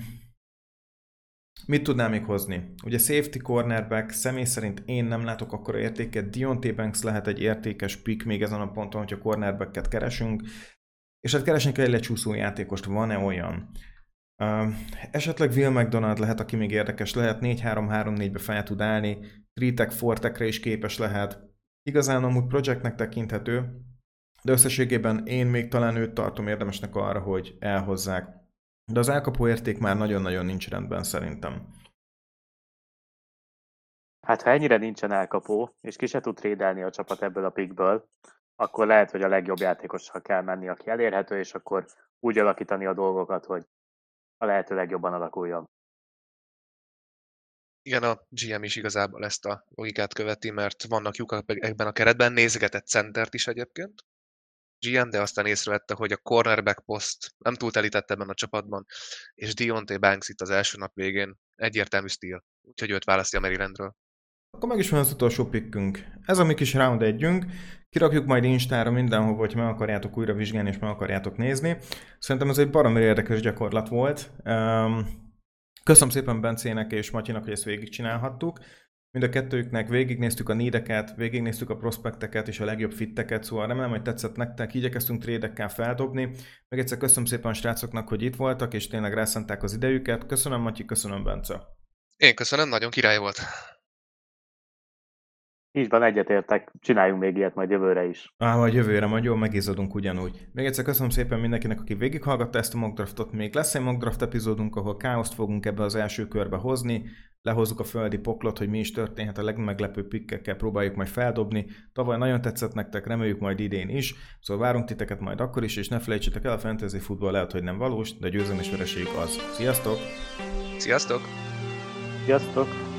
mit tudnám még hozni? Ugye safety cornerback, személy szerint én nem látok akkora értéket, Deontay Banks lehet egy értékes pick még ezen a ponton, hogyha cornerbacket keresünk, és hát keresni kell egy lecsúszó játékost, van-e olyan? Uh, esetleg Will McDonald lehet, aki még érdekes lehet, négy három három négybe fel tud állni, Tritek, Fortekre is képes lehet. Igazán amúgy projektnek tekinthető, de összességében én még talán őt tartom érdemesnek arra, hogy elhozzák. De az elkapó érték már nagyon-nagyon nincs rendben szerintem. Hát ha ennyire nincsen elkapó, és ki se tud trédelni a csapat ebből a pickből, akkor lehet, hogy a legjobb játékossal kell menni, aki elérhető, és akkor úgy alakítani a dolgokat, hogy a lehető legjobban alakuljon. Igen, a gé em is igazából ezt a logikát követi, mert vannak lyukak ebben a keretben, nézgetett centert is egyébként. gé em, de aztán észrevette, hogy a cornerback poszt nem túl telített ebben a csapatban, és Deontay Banks itt az első nap végén egyértelmű stíl, úgyhogy őt választja a Marylandről. Akkor meg is van az utolsó pickünk. Ez a mi kis round együnk. Kirakjuk majd Instára mindenhova, hogy meg akarjátok újra vizsgálni és meg akarjátok nézni. Szerintem ez egy baromi érdekes gyakorlat volt. Köszönöm szépen Bencének és Matyinak, hogy ezt végigcsinálhattuk. Mind a kettőjüknek végignéztük a needeket, végignéztük a prospekteket és a legjobb fitteket, szóval remélem, hogy tetszett nektek, igyekeztünk trédekkel feldobni. Még egyszer köszönöm szépen a srácoknak, hogy itt voltak, és tényleg rászánták az idejüket. Köszönöm Matyi, köszönöm Bence. Én köszönöm, nagyon király volt. Így van, egyetértek, csináljunk még ilyet majd jövőre is. Á, majd jövőre, majd jól megízadunk ugyanúgy. Még egyszer köszönöm szépen mindenkinek, aki végighallgatta ezt a mockdraftot. Még lesz egy mockdraft epizódunk, ahol káoszt fogunk ebbe az első körbe hozni. Lehozzuk a földi poklot, hogy mi is történhet, a legmeglepőbb pikkekkel próbáljuk majd feldobni. Tavaly nagyon tetszett nektek, reméljük majd idén is. Szóval várunk titeket majd akkor is, és ne felejtsétek el, a fantasy futball lehet, hogy nem valós, de győzelem és vereség az. Sziasztok! Sziasztok! Sziasztok!